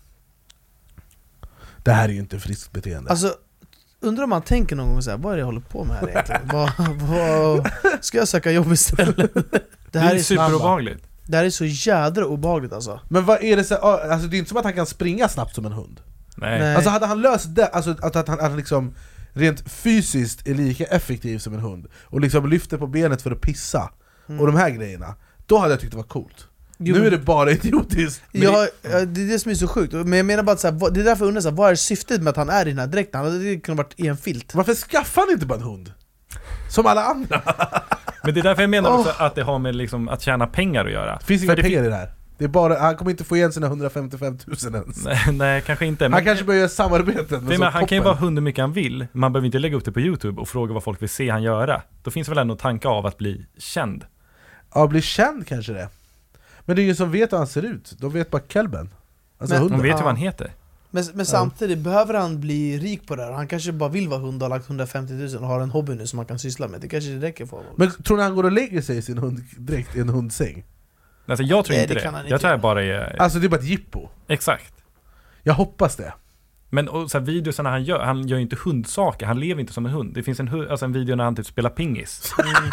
Det här är ju inte friskt beteende. Alltså, undrar om man tänker någon gång så här, vad är det jag håller på med här egentligen? vad, vad, ska jag söka jobb istället? Det här det är, är superobehagligt. Det här är så jädra obehagligt alltså. Men vad är det så, alltså det är inte som att han kan springa snabbt som en hund. Nej. Nej. Alltså hade han löst det, alltså att, att han, att han liksom rent fysiskt är lika effektiv som en hund och liksom lyfter på benet för att pissa mm. och de här grejerna, då hade jag tyckt det var coolt. Jo, nu är det bara idiotiskt. Ja, det är det som är så sjukt. Men jag menar bara att så här, det är därför jag undrar så här, vad är syftet med att han är i den här dräkten? Han hade kunnat varit i en filt. Varför skaffar han inte bara en hund? Som alla andra. Men det är därför jag menar också oh. att det har med liksom att tjäna pengar att göra. Det finns inga pengar i det här. Det är bara, han kommer inte få igen sina hundrafemtiofem tusen ens. Nej, nej kanske inte. Han men, kanske börjar göra samarbeten med men han kan ju vara hund hur mycket han vill. Man behöver inte lägga upp det på YouTube och fråga vad folk vill se han göra. Då finns väl ändå tanke av att bli känd. Ja, bli känd kanske det. Men det är ju som vet hur han ser ut. De vet bara Kelben. Alltså men, de vet ju ja. vad han heter. Men, men samtidigt, ja. behöver han bli rik på det här? Han kanske bara vill vara hund och har lagt hundrafemtio tusen och har en hobby nu som man kan syssla med. Det kanske det räcker för honom. Men tror ni han går och lägger sig i sin hund direkt i en hundsäng? Alltså jag tror Nej, inte det. det. det. Jag tror jag bara är... Alltså det är bara ett jippo. Exakt. Jag hoppas det. Men och så här, videorna han gör, han gör ju inte hundsaker. Han lever inte som en hund. Det finns en, hu- alltså en video när han typ spelar pingis.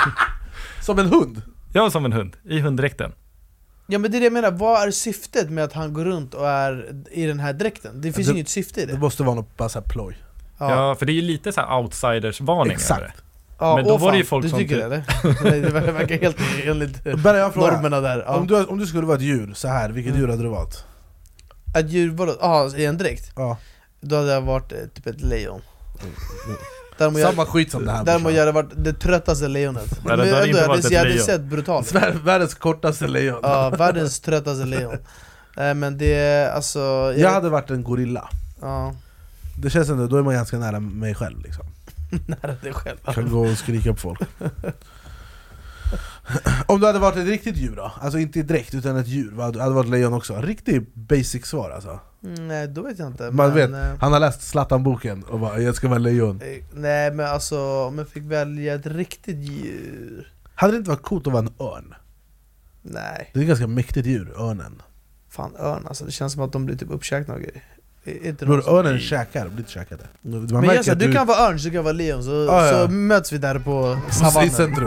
Som en hund? Ja, som en hund. I hunddräkten. Ja, men det är det jag menar. Vad är syftet med att han går runt och är i den här dräkten? Det finns det, inget syfte i det. Det måste vara något bara så här ploj. Ja. ja, för det är ju lite så här outsiders-varning. Exakt. Ja, men då var fan, det ju folk du som... tycker det, eller? Det verkar helt enligt normerna där. Ja. Om, du, om du skulle vara ett djur, så här, vilket mm. djur hade du valt? Ett djur, vadå? Ja, i en dräkt? Ja. Då hade jag varit eh, typ ett lejon. Samma jag, skit som det här. Däremot hade jag varit det tröttaste lejonet. Men det hade inte varit ett lejon. Jag hade sett brutalt. Världens kortaste lejon. Ja, världens tröttaste lejon. Nej, men det är alltså... Jag, jag hade varit en gorilla. Ja. Det känns ändå, då är man ganska nära mig själv liksom. Nära dig själv. Kan gå och skrika på folk. Om du hade varit ett riktigt djur då? Alltså inte direkt utan ett djur. Du hade varit lejon också. Riktigt basic svar alltså. Mm, nej, då vet jag inte. Man men, vet, han har läst Zlatan-boken och bara, jag ska vara lejon. Nej, men alltså om jag fick välja ett riktigt djur. Hade det inte varit coolt att vara en örn? Nej. Det är ett ganska mäktigt djur, örnen. Fan, örn alltså, det känns som att de blir typ uppkäkna och grejer. Bror, örnen käkar, blir inte käkade. Men jag sa, du, du kan vara örn så kan jag vara lejon. Så, ah, ja. så möts vi där på savannen. I centrum.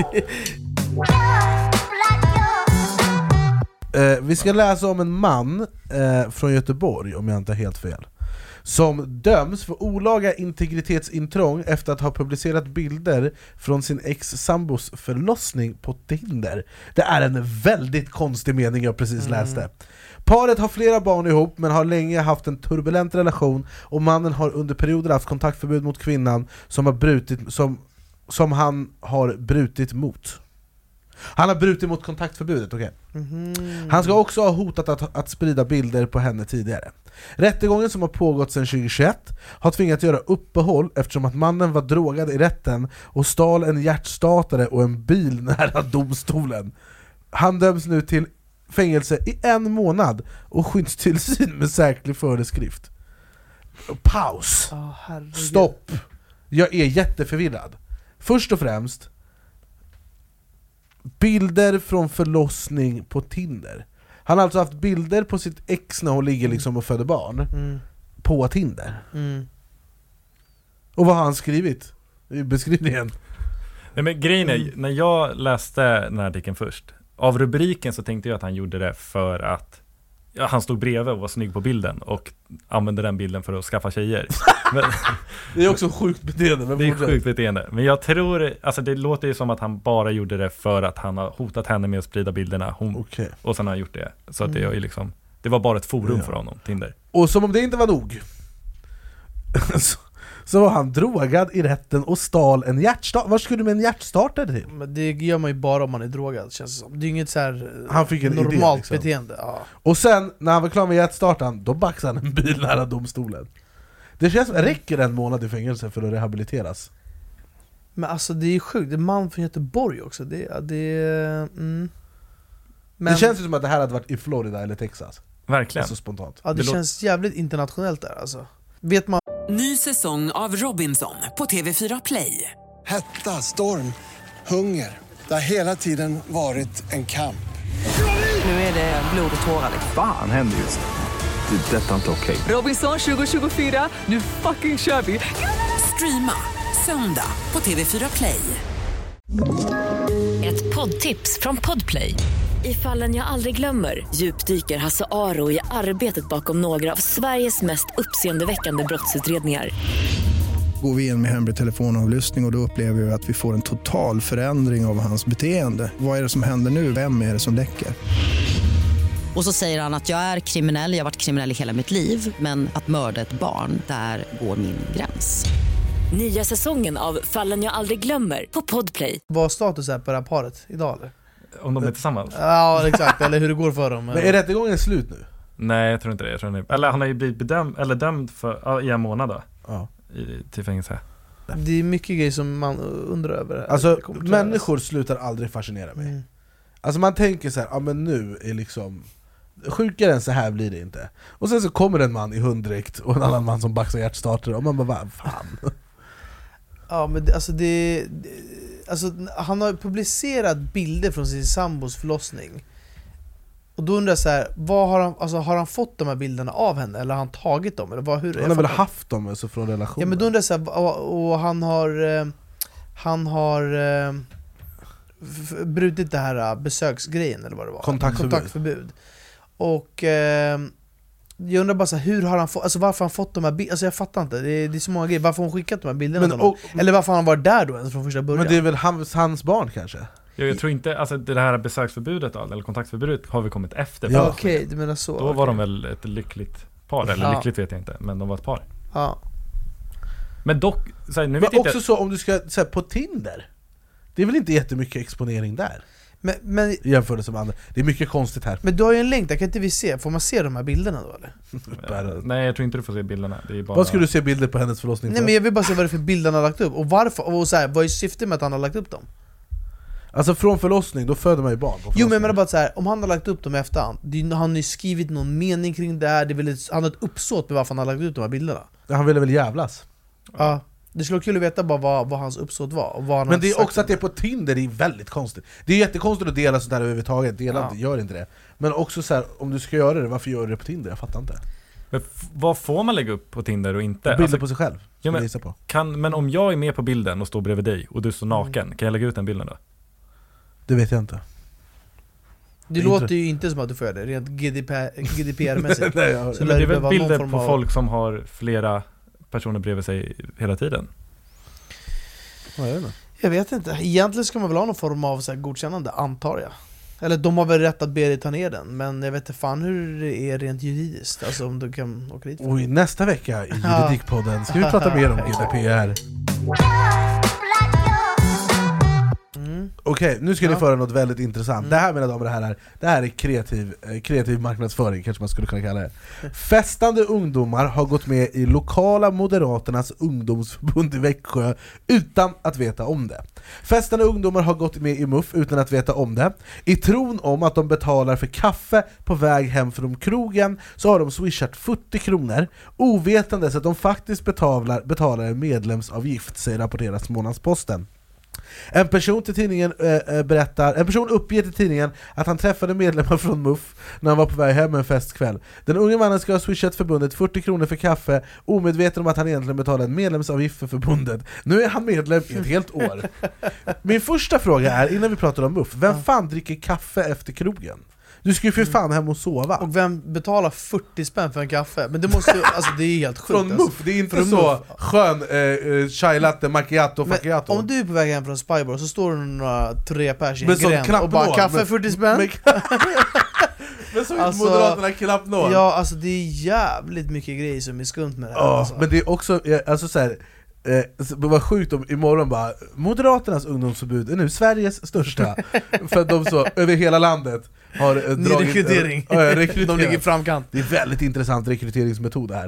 eh, Vi ska läsa om en man eh, från Göteborg, om jag inte har helt fel, som döms för olaga integritetsintrång efter att ha publicerat bilder från sin ex-sambos förlossning på Tinder. Det är en väldigt konstig mening jag precis mm. läste. Paret har flera barn ihop men har länge haft en turbulent relation och mannen har under perioder haft kontaktförbud mot kvinnan som, har brutit, som, som han har brutit mot. Han har brutit mot kontaktförbudet, okej. Okay. Mm-hmm. Han ska också ha hotat att, att sprida bilder på henne tidigare. Rättegången som har pågått sedan tjugohundratjugoett har tvingat göra uppehåll eftersom att mannen var drogad i rätten och stal en hjärtstartare och en bil nära domstolen. Han döms nu till fängelse i en månad och skyddstillsyn med särskild föreskrift. Paus. Oh, Stopp. Jag är jätteförvirrad. Först och främst, bilder från förlossning på Tinder. Han har alltså haft bilder på sitt ex när hon ligger liksom och föder barn mm. på Tinder. Mm. Och vad har han skrivit i beskrivningen? Nej, men grejen är, Mm. när jag läste den här artikeln först, av rubriken så tänkte jag att han gjorde det för att ja, han stod bredvid och var snygg på bilden och använde den bilden för att skaffa tjejer. Men, det är också sjukt beteende. Men det är sjukt beteende. Men jag tror, alltså det låter ju som att han bara gjorde det för att han har hotat henne med att sprida bilderna. Hon, okay. Och sen har han gjort det. Så att det, är ju liksom, det var bara ett forum ja. för honom, Tinder. Och som om det inte var nog så, så var han drogad i rätten och stal en hjärtstartare. Vad skulle du med en hjärtstartare till? Men det gör man ju bara om man är drogad, känns det som. Det är ju inget så här han fick en normalt idé, liksom. beteende. Ja. Och sen, när han var klar med hjärtstartaren, då baxade han en bil nära domstolen. Det känns som, räcker en månad i fängelse för att rehabiliteras? Men alltså det är ju sjukt, det är en man från Göteborg också. Det, det, mm. Men, det känns ju som att det här hade varit i Florida eller Texas. Verkligen. Så spontant. Ja, det, det känns lå- jävligt internationellt där alltså. Vet man... Ny säsong av Robinson på T V fyra Play. Hetta, storm, hunger. Det har hela tiden varit en kamp. Nu är det blod och tårar. Fan händer just det. Det är detta inte okej. Robinson tjugo tjugofyra, nu fucking kör vi. Streama söndag på T V fyra Play. Ett poddtips från Podplay. I Fallen jag aldrig glömmer djupdyker Hasse Aro i arbetet bakom några av Sveriges mest uppseendeväckande brottsutredningar. Går vi in med hemlig telefonavlyssning och, och då upplever vi att vi får en total förändring av hans beteende. Vad är det som händer nu? Vem är det som läcker? Och så säger han att jag är kriminell, jag har varit kriminell i hela mitt liv. Men att mörda ett barn, där går min gräns. Nya säsongen av Fallen jag aldrig glömmer på Podplay. Vad status är på det här paret idag eller? Om de är tillsammans? Ja exakt, eller hur det går för dem. Men är rättegången slut nu? Nej, jag tror inte det. Jag tror inte. Eller han har ju blivit bedömd, eller dömd för, ja, i en månad då. Ja. I, till fängelse. Det är mycket grejer som man undrar över. Alltså människor slutar aldrig fascinera mig. Mm. Alltså man tänker så här, ja men nu är liksom sjukare än så här blir det inte. Och sen så kommer en man i hunddräkt och en annan man som baxar hjärtstarter och man bara, vad fan. Ja men det, alltså det, det alltså, han har publicerat bilder från sin sambos förlossning. Och då undrar jag så här, vad har han, alltså, har han fått de här bilderna av henne eller har han tagit dem eller vad, hur? Han har väl haft dem alltså, från relationen. Ja men då undrar jag så här, och, och han har eh, han har eh, f- brutit det här uh, besöksgrejen eller vad det var. Kontaktförbud. Kontaktförbud. Och eh, jag undrar bara så här, hur har han fått, alltså varför har han fått de här bilderna? Alltså jag fattar inte, det är, det är så många grejer. Varför har hon skickat de här bilderna Men, till honom? och, Eller varför har han varit där då ens från första början? Men det är väl hans, hans barn kanske? Jag, jag tror inte, alltså det här besöksförbudet då, eller kontaktförbudet har vi kommit efter. Ja. Okej, okay, du menar så. Då okay. var de väl ett lyckligt par, eller ja. lyckligt vet jag inte, men de var ett par. Ja. Men dock, så här, nu men vet också jag... så om du ska så här, på Tinder. Det är väl inte jättemycket exponering där? Men, men, jämfört med andra. Det är mycket konstigt här. Men du har ju en länk, där kan inte vi se. Får man se de här bilderna då eller? Ja, nej, jag tror inte du får se bilderna. Det är bara... Vad ska du se bilder på hennes förlossning? Nej men jag vill bara se vad det är för bilder han har lagt upp. Och varför, och så här, vad är syftet med att han har lagt upp dem? Alltså från förlossning, då föder man ju barn på Jo men jag menar bara så här, om han har lagt upp dem i efterhand, det är, han har ju skrivit någon mening kring det här, det är väl ett, han har ett uppsåt med varför han har lagt ut de här bilderna. Han ville väl jävlas? Ja, ja. Det skulle vara kul att veta bara vad, vad hans uppsåt var och vad han men det är också om. att det är på Tinder, det är väldigt konstigt. Det är jättekonstigt att dela sådär överhuvudtaget, dela ja. inte, gör inte det. Men också så här, om du ska göra det, varför gör du det på Tinder? Jag fattar inte. Men f- vad får man lägga upp på Tinder och inte? Bilder alltså, på sig själv, ja, men, på. Kan, men om jag är med på bilden och står bredvid dig och du står naken, mm. kan jag lägga ut den bilden då? Det vet jag inte. Det, det låter inte... ju inte som att du får göra det, rent G D P R-mässigt. Nej, ja. Så men det är väl bilder på av... folk som har flera personer bredvid sig hela tiden? Ja, jag vet inte. Jag vet inte. Egentligen ska man väl ha någon form av så här godkännande, antar jag. Eller de har väl rätt att be dig ta ner den, men jag vet inte fan hur det är rent juridiskt. Alltså om du kan åka dit. Oj, nästa vecka i Juridikpodden ska vi prata mer om G D P R. Mm. Okej, okay, nu ska ja. ni föra något väldigt intressant. Mm. Det här, mina damer och herrar, det här är kreativ, eh, kreativ marknadsföring, kanske man skulle kunna kalla det. Festande ungdomar har gått med i lokala Moderaternas ungdomsförbund i Växjö utan att veta om det. Festande ungdomar har gått med i M U F utan att veta om det. I tron om att de betalar för kaffe på väg hem från krogen så har de swishat fyrtio kronor, ovetandes att de faktiskt betalar, betalar en medlemsavgift, säger rapporterar Smålandsposten. En person till tidningen äh, berättar, en person uppger till tidningen att han träffade medlemmar från M U F när han var på väg hem en festkväll. Den unge mannen ska ha swishat förbundet fyrtio kronor för kaffe, omedveten om att han egentligen betalar en medlemsavgift för förbundet. Nu är han medlem i ett helt år. Min första fråga är, innan vi pratar om M U F, vem fan dricker kaffe efter krogen? Du ska ju för fan hem och sova. Och vem betalar fyrtio spänn för en kaffe? Men det måste ju, alltså det är helt sjukt. Från M U F, det är inte så M U F. Skön eh, chai latte, macchiato, macchiato. Om du är på väg hem från Spybar så står det några tre pers i en gränd och bara kaffe men, fyrtio spänn. Men, men så alltså, Moderaterna knappnål. Ja, alltså det är jävligt mycket grejer som är skumt med det här. Ja, alltså. Men det är också, alltså så här. Eh, det var sjukt om imorgon bara Moderaternas ungdomsförbud är nu Sveriges största. För att de så över hela landet har eh, dragit rekrytering. Äh, äh, rekrytering. De ligger framkant. Det är väldigt intressant rekryteringsmetod här.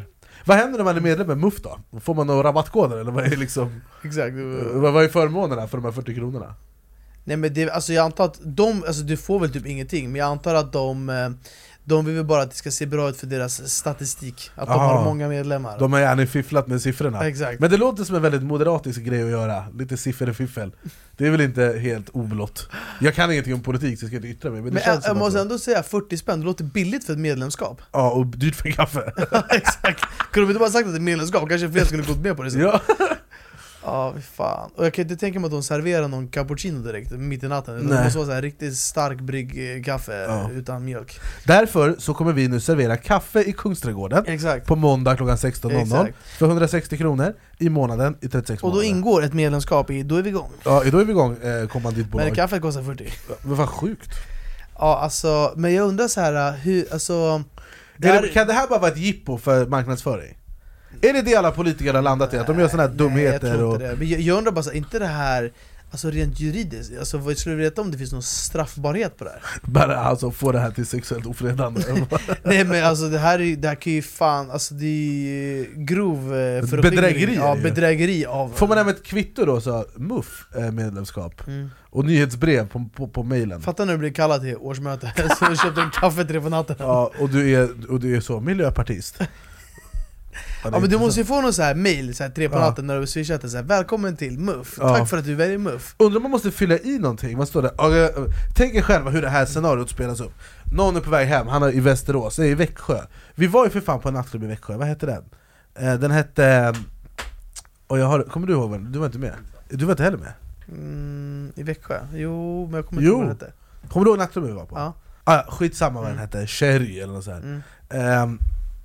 Vad händer när man är medlem med M U F då? Får man några rabattkoder eller vad är liksom Exakt. vad, vad är förmånerna för de här fyrtio kronorna? Nej men det, alltså jag antar att de, alltså du får väl typ ingenting, men jag antar att de De vill väl bara att det ska se bra ut för deras statistik. Att de Aha. har många medlemmar. De har gärna fifflat med siffrorna. Exakt. Men det låter som en väldigt moderatisk grej att göra. Lite sifferfiffel. Det är väl inte helt oblott. Jag kan ingenting om politik så jag ska inte yttra mig. Men, det men känns jag, som jag måste att... ändå säga fyrtio spänn, det låter billigt för ett medlemskap. Ja, och dyrt för kaffe. Exakt. Kunde de inte bara sagt att det är medlemskap? Kanske fler skulle gått med på det. Så. Ja. Ja, fan. Och jag kan inte tänka mig att de serverar någon cappuccino direkt mitt i natten. Det Nej. måste vara så här riktigt stark brygg kaffe Ja. utan mjölk. Därför så kommer vi nu servera kaffe i Kungsträdgården. Exakt. På måndag klockan sexton noll noll Exakt. för hundrasextio kronor i månaden i trettiosex Och då månader. ingår ett medlemskap i, då är vi igång. Ja, då är vi igång, eh, kommanditbolag. Men kaffet kostar fyrtio. Men vad sjukt. Ja, alltså, men jag undrar så här hur, alltså... Det är det, kan det här bara vara ett jippo för marknadsföring? Är det det alla politiker har landat i? Att de gör såna här dumheter? Nej, jag tror och... inte det. Men jag, jag undrar bara så här, inte det här... Alltså rent juridiskt, alltså vad skulle du veta om det finns någon straffbarhet på det här? Bara alltså få det här till sexuellt ofredande. Nej men alltså det här, är, det här kan ju fan, alltså det är grov eh, förskingring. Bedrägeri. Ja, bedrägeri av... Får man även ett kvitto då, så M U F eh, medlemskap Mm. och nyhetsbrev på, på, på mailen. Fattar när du blir kallad till årsmöte så du köpte en kaffe tre på natten. Ja, och du är, och du är så miljöpartist. Ja, men du måste ju få någon så här mail så här, tre på Ja. natten när du swishar så här, välkommen till M U F, Ja. tack för att du väljer M U F. Undrar om man måste fylla i någonting. Vad står det? Ja, jag- tänk er själva hur det här scenariot spelas upp. Någon är på väg hem, han är i Västerås, är i Växjö. Vi var ju för fan på en nattklubb i Växjö, vad hette den? Eh, den hette... Och jag har, kommer du ihåg den? Du var inte med? Du var inte heller med? Mm, I Växjö? Jo, men jag kommer inte Jo. ihåg vad det hette. Kommer du ihåg nattklubben vi var på? Ja. Ah, skitsamma vad den Mm. hette, Cherry eller något sånt. Mm. Ehm,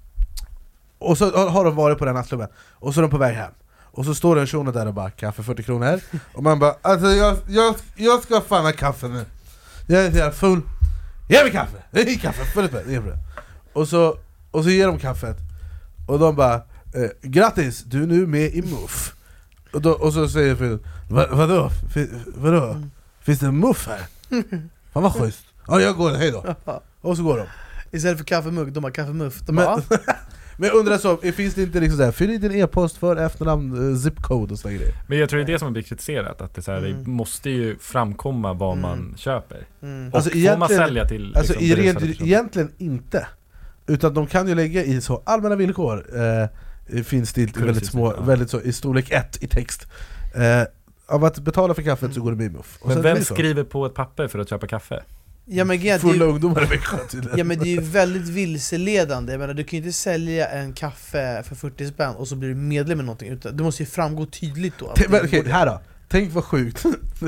och så har- har de varit på den nattklubben, och så är de på väg hem. Och så står det en shuno där och bara, kaffe fyrtio kronor. Och man bara, alltså jag, jag, jag ska fan ha kaffe nu. Jag är så jävla full. Ge mig kaffe! Ge kaffe! Följ med, ge mig det. Och så, och så ger de kaffet. Och de bara, eh, grattis, du är nu med i M U F. Och, då, och så säger Phil, Va, vadå? Fi, vadå? Mm. Finns det en M U F här? Fan vad schysst. Ja, jag går, hej då. Och så går de. Istället för kaffemugg, de har kaffemuff. De Men, bara, ja. men jag undrar så, finns det inte liksom såhär, fyll i din e-post för efternamn, eh, zipcode och sådär grejer? Men jag tror det är det som har blivit kritiserat, att det, så här, Mm. det måste ju framkomma vad Mm. man köper. Mm. Och Alltså, får man egentligen- sälja till Alltså liksom, i rent, berusade personer? egentligen inte. Utan de kan ju lägga i så allmänna villkor, eh, finns det i väldigt små, ja. väldigt så, i storlek ett i text. Eh, av att betala för kaffet så går det med M U F. Och Men sen vem blir det så. skriver på ett papper för att köpa kaffe? Ja, men, grejen är att det är Fulla ju- ungdomar i Växjö tydligen. ja men det är ju väldigt vilseledande. Jag menar, du kan ju inte sälja en kaffe för fyrtio spänn och så blir du medlem med någonting, utan det måste ju framgå tydligt då. att Tänk, det men, okej, går- här då. Tänk vad sjukt.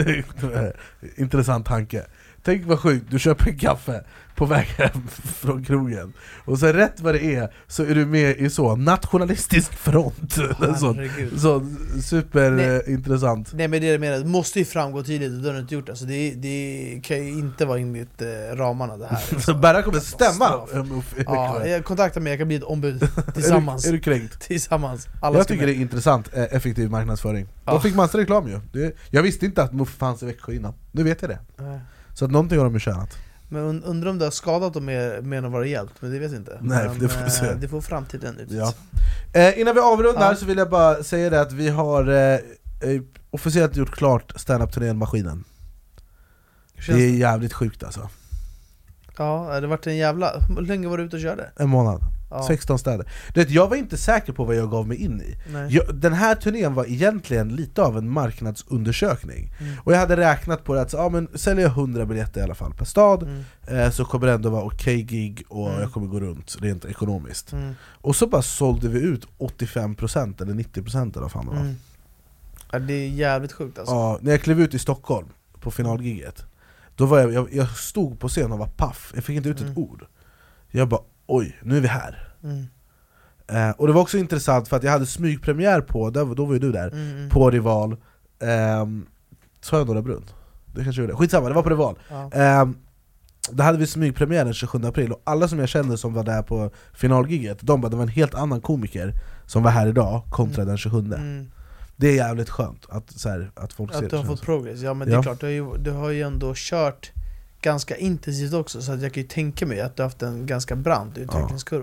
Intressant tanke. Tänk vad sjukt, du köper en kaffe på väg hem från krogen. Och så rätt vad det är så är du med i så nationalistisk front. så, Herregud. så super Nej. eh, intressant. Nej men det är det jag menar, det måste ju framgå tydligt och det har du inte gjort. Alltså det, det kan ju inte vara enligt eh, ramarna det här. Så Berra kommer stämma. Straff. M U F i Ja, Växjö. jag kontaktar mig, jag kan bli ett ombud Är du, tillsammans. är du kränkt? Tillsammans. Alla Jag ska tycker med. det är intressant, eh, effektiv marknadsföring. Ja. De fick massa reklam ju. Det, jag visste inte att M U F fanns i Växjö innan. Nu vet jag det. Nej. Så att någonting har de ju tjänat. Men und- undrar om det har skadat dem mer, mer än vad det hjälpt, men det vet jag inte. Nej, men, det får vi se. eh, det får framtiden ut. Ja. Eh, innan vi avrundar Ja. så vill jag bara säga det att vi har eh, eh, officiellt gjort klart stand-up-turnén Maskinen. Hur känns Det är det? jävligt sjukt alltså. Ja, det har varit en jävla... Hur länge var du ute och körde? En månad. Ja. sexton städer. Du vet, jag var inte säker på vad jag gav mig in i. Nej. Jag, den här turnén var egentligen lite av en marknadsundersökning. Mm. Och jag hade räknat på det att så, ja, men säljer jag hundra biljetter i alla fall per stad, Mm. eh, så kommer det ändå vara okej gig och Mm. jag kommer gå runt rent ekonomiskt. Mm. Och så bara sålde vi ut åttiofem procent eller nittio procent eller vad fan det var. Mm. Ja, det är jävligt sjukt alltså. Ja, när jag klev ut i Stockholm på finalgiget, då var jag, jag, jag stod på scen och var paff, jag fick inte ut Mm. ett ord. Jag bara, oj, nu är vi här. Mm. Eh, och det var också intressant för att jag hade smygpremiär på, där, då var ju du där, Mm, mm. på Rival. ehm, Sa jag Norra Brunn? Det kanske gjorde. Skitsamma, det var på Rival. Ja. ehm, Då hade vi smygpremiär den tjugosjunde april, och alla som jag kände som var där på finalgiget, de bara, det var en helt annan komiker som var här idag kontra Mm. den tjugosjunde. Mm. Det är jävligt skönt att, så här, att folk ser Att du har det. fått progress, ja men det Ja. är klart, du har, ju, du har ju ändå kört ganska intensivt också, så att jag kan ju tänka mig att du har haft en ganska brant utvecklingskurva.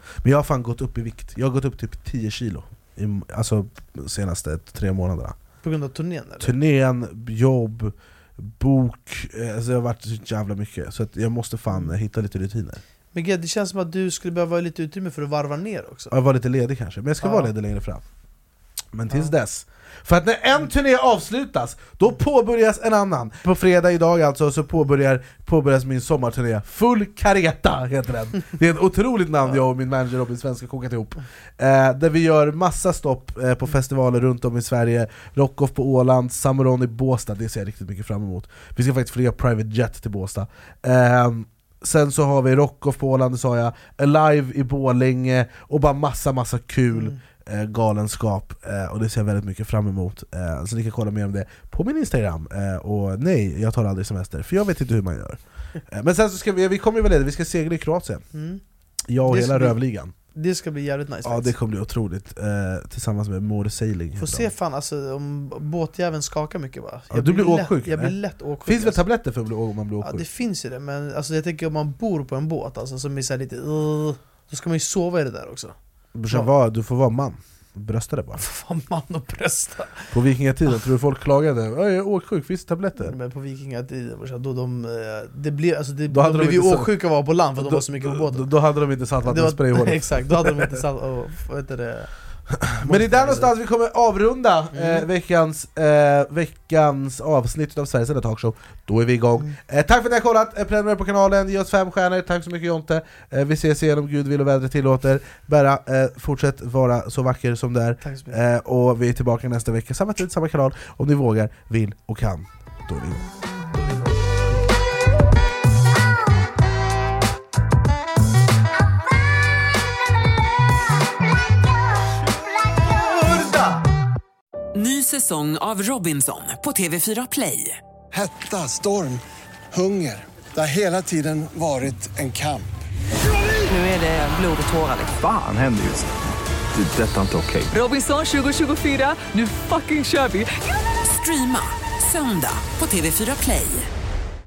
Men jag har fan gått upp i vikt. Jag har gått upp typ tio kilo i, alltså senaste tre månaderna. På grund av turnén eller? Turnén, jobb, bok, alltså det har varit så jävla mycket. Så att jag måste fan hitta lite rutiner. Men Ged, det känns som att du skulle behöva lite utrymme för att varva ner också. Jag var lite ledig kanske, men jag ska ja. vara ledig längre fram. Men tills ja. dess. För att när en turné avslutas, då påbörjas en annan. På fredag idag alltså så påbörjar, påbörjas min sommarturné. Full Careta heter den. Det är ett otroligt namn jag och min manager Robin Svensk har kokat ihop. Eh, där vi gör massa stopp eh, på festivaler runt om i Sverige. Rockoff på Åland, Summeron i Båstad. Det ser jag riktigt mycket fram emot. Vi ska faktiskt flyga private jet till Båstad. Eh, Sen så har vi Rockoff på Åland, sa jag, Alive i Borlänge och bara massa massa kul mm. eh, galenskap eh, och det ser jag väldigt mycket fram emot. Eh, så ni kan kolla mer om det på min Instagram. Eh, och nej, jag tar aldrig semester för jag vet inte hur man gör. Eh, men sen så ska vi, vi kommer ju väl vi ska segla i Kroatien. Mm. Jag och det hela rövligan. Det ska bli jävligt nice. Ja, faktiskt. Det kommer bli otroligt eh, tillsammans med More Sailing. Får se fan alltså, om båtjäveln skakar mycket va. Ja, du blir åksjuk. Jag blir lätt åksjuk. Finns det alltså. tabletter för att bli, om man blir åksjuk? Ja, det finns ju det, men alltså, jag tänker om man bor på en båt alltså, som är så här lite uh, då ska man ju sova i det där också. Ja. Var, du får vara man. Brösta det bara. Fan man och brösta. På vikingatiden tror du folk klagade jag är åksjuk, finns det tabletter? Men på vikingatiden då de det blev alltså det, då hade de blev ju åksjuka var på land för då, de var så mycket på båten. Då, då hade de inte satt vattenspray i håret. Exakt, då hade de inte satt och vet du det. Men det är där någonstans vi kommer avrunda mm. eh, veckans, eh, veckans avsnitt av Sveriges enda talkshow. Då är vi igång. Mm. Eh, tack för att ni har kollat, eh, prenumerera på kanalen, ge oss fem stjärnor. Tack så mycket Jonte. eh, Vi ses igen om Gud vill och vädret tillåter. Berra, eh, fortsätt vara så vacker som du är. eh, Och vi är tillbaka nästa vecka, samma tid, samma kanal. Om ni vågar, vill och kan, då är vi igång. Ny säsong av Robinson på T V fyra Play. Hetta, storm, hunger. Det har hela tiden varit en kamp. Nu är det blod och tårar. Fan händer just det. Det är detta inte okej. Robinson tjugo tjugofyra, nu fucking kör vi. Streama söndag på T V fyra Play.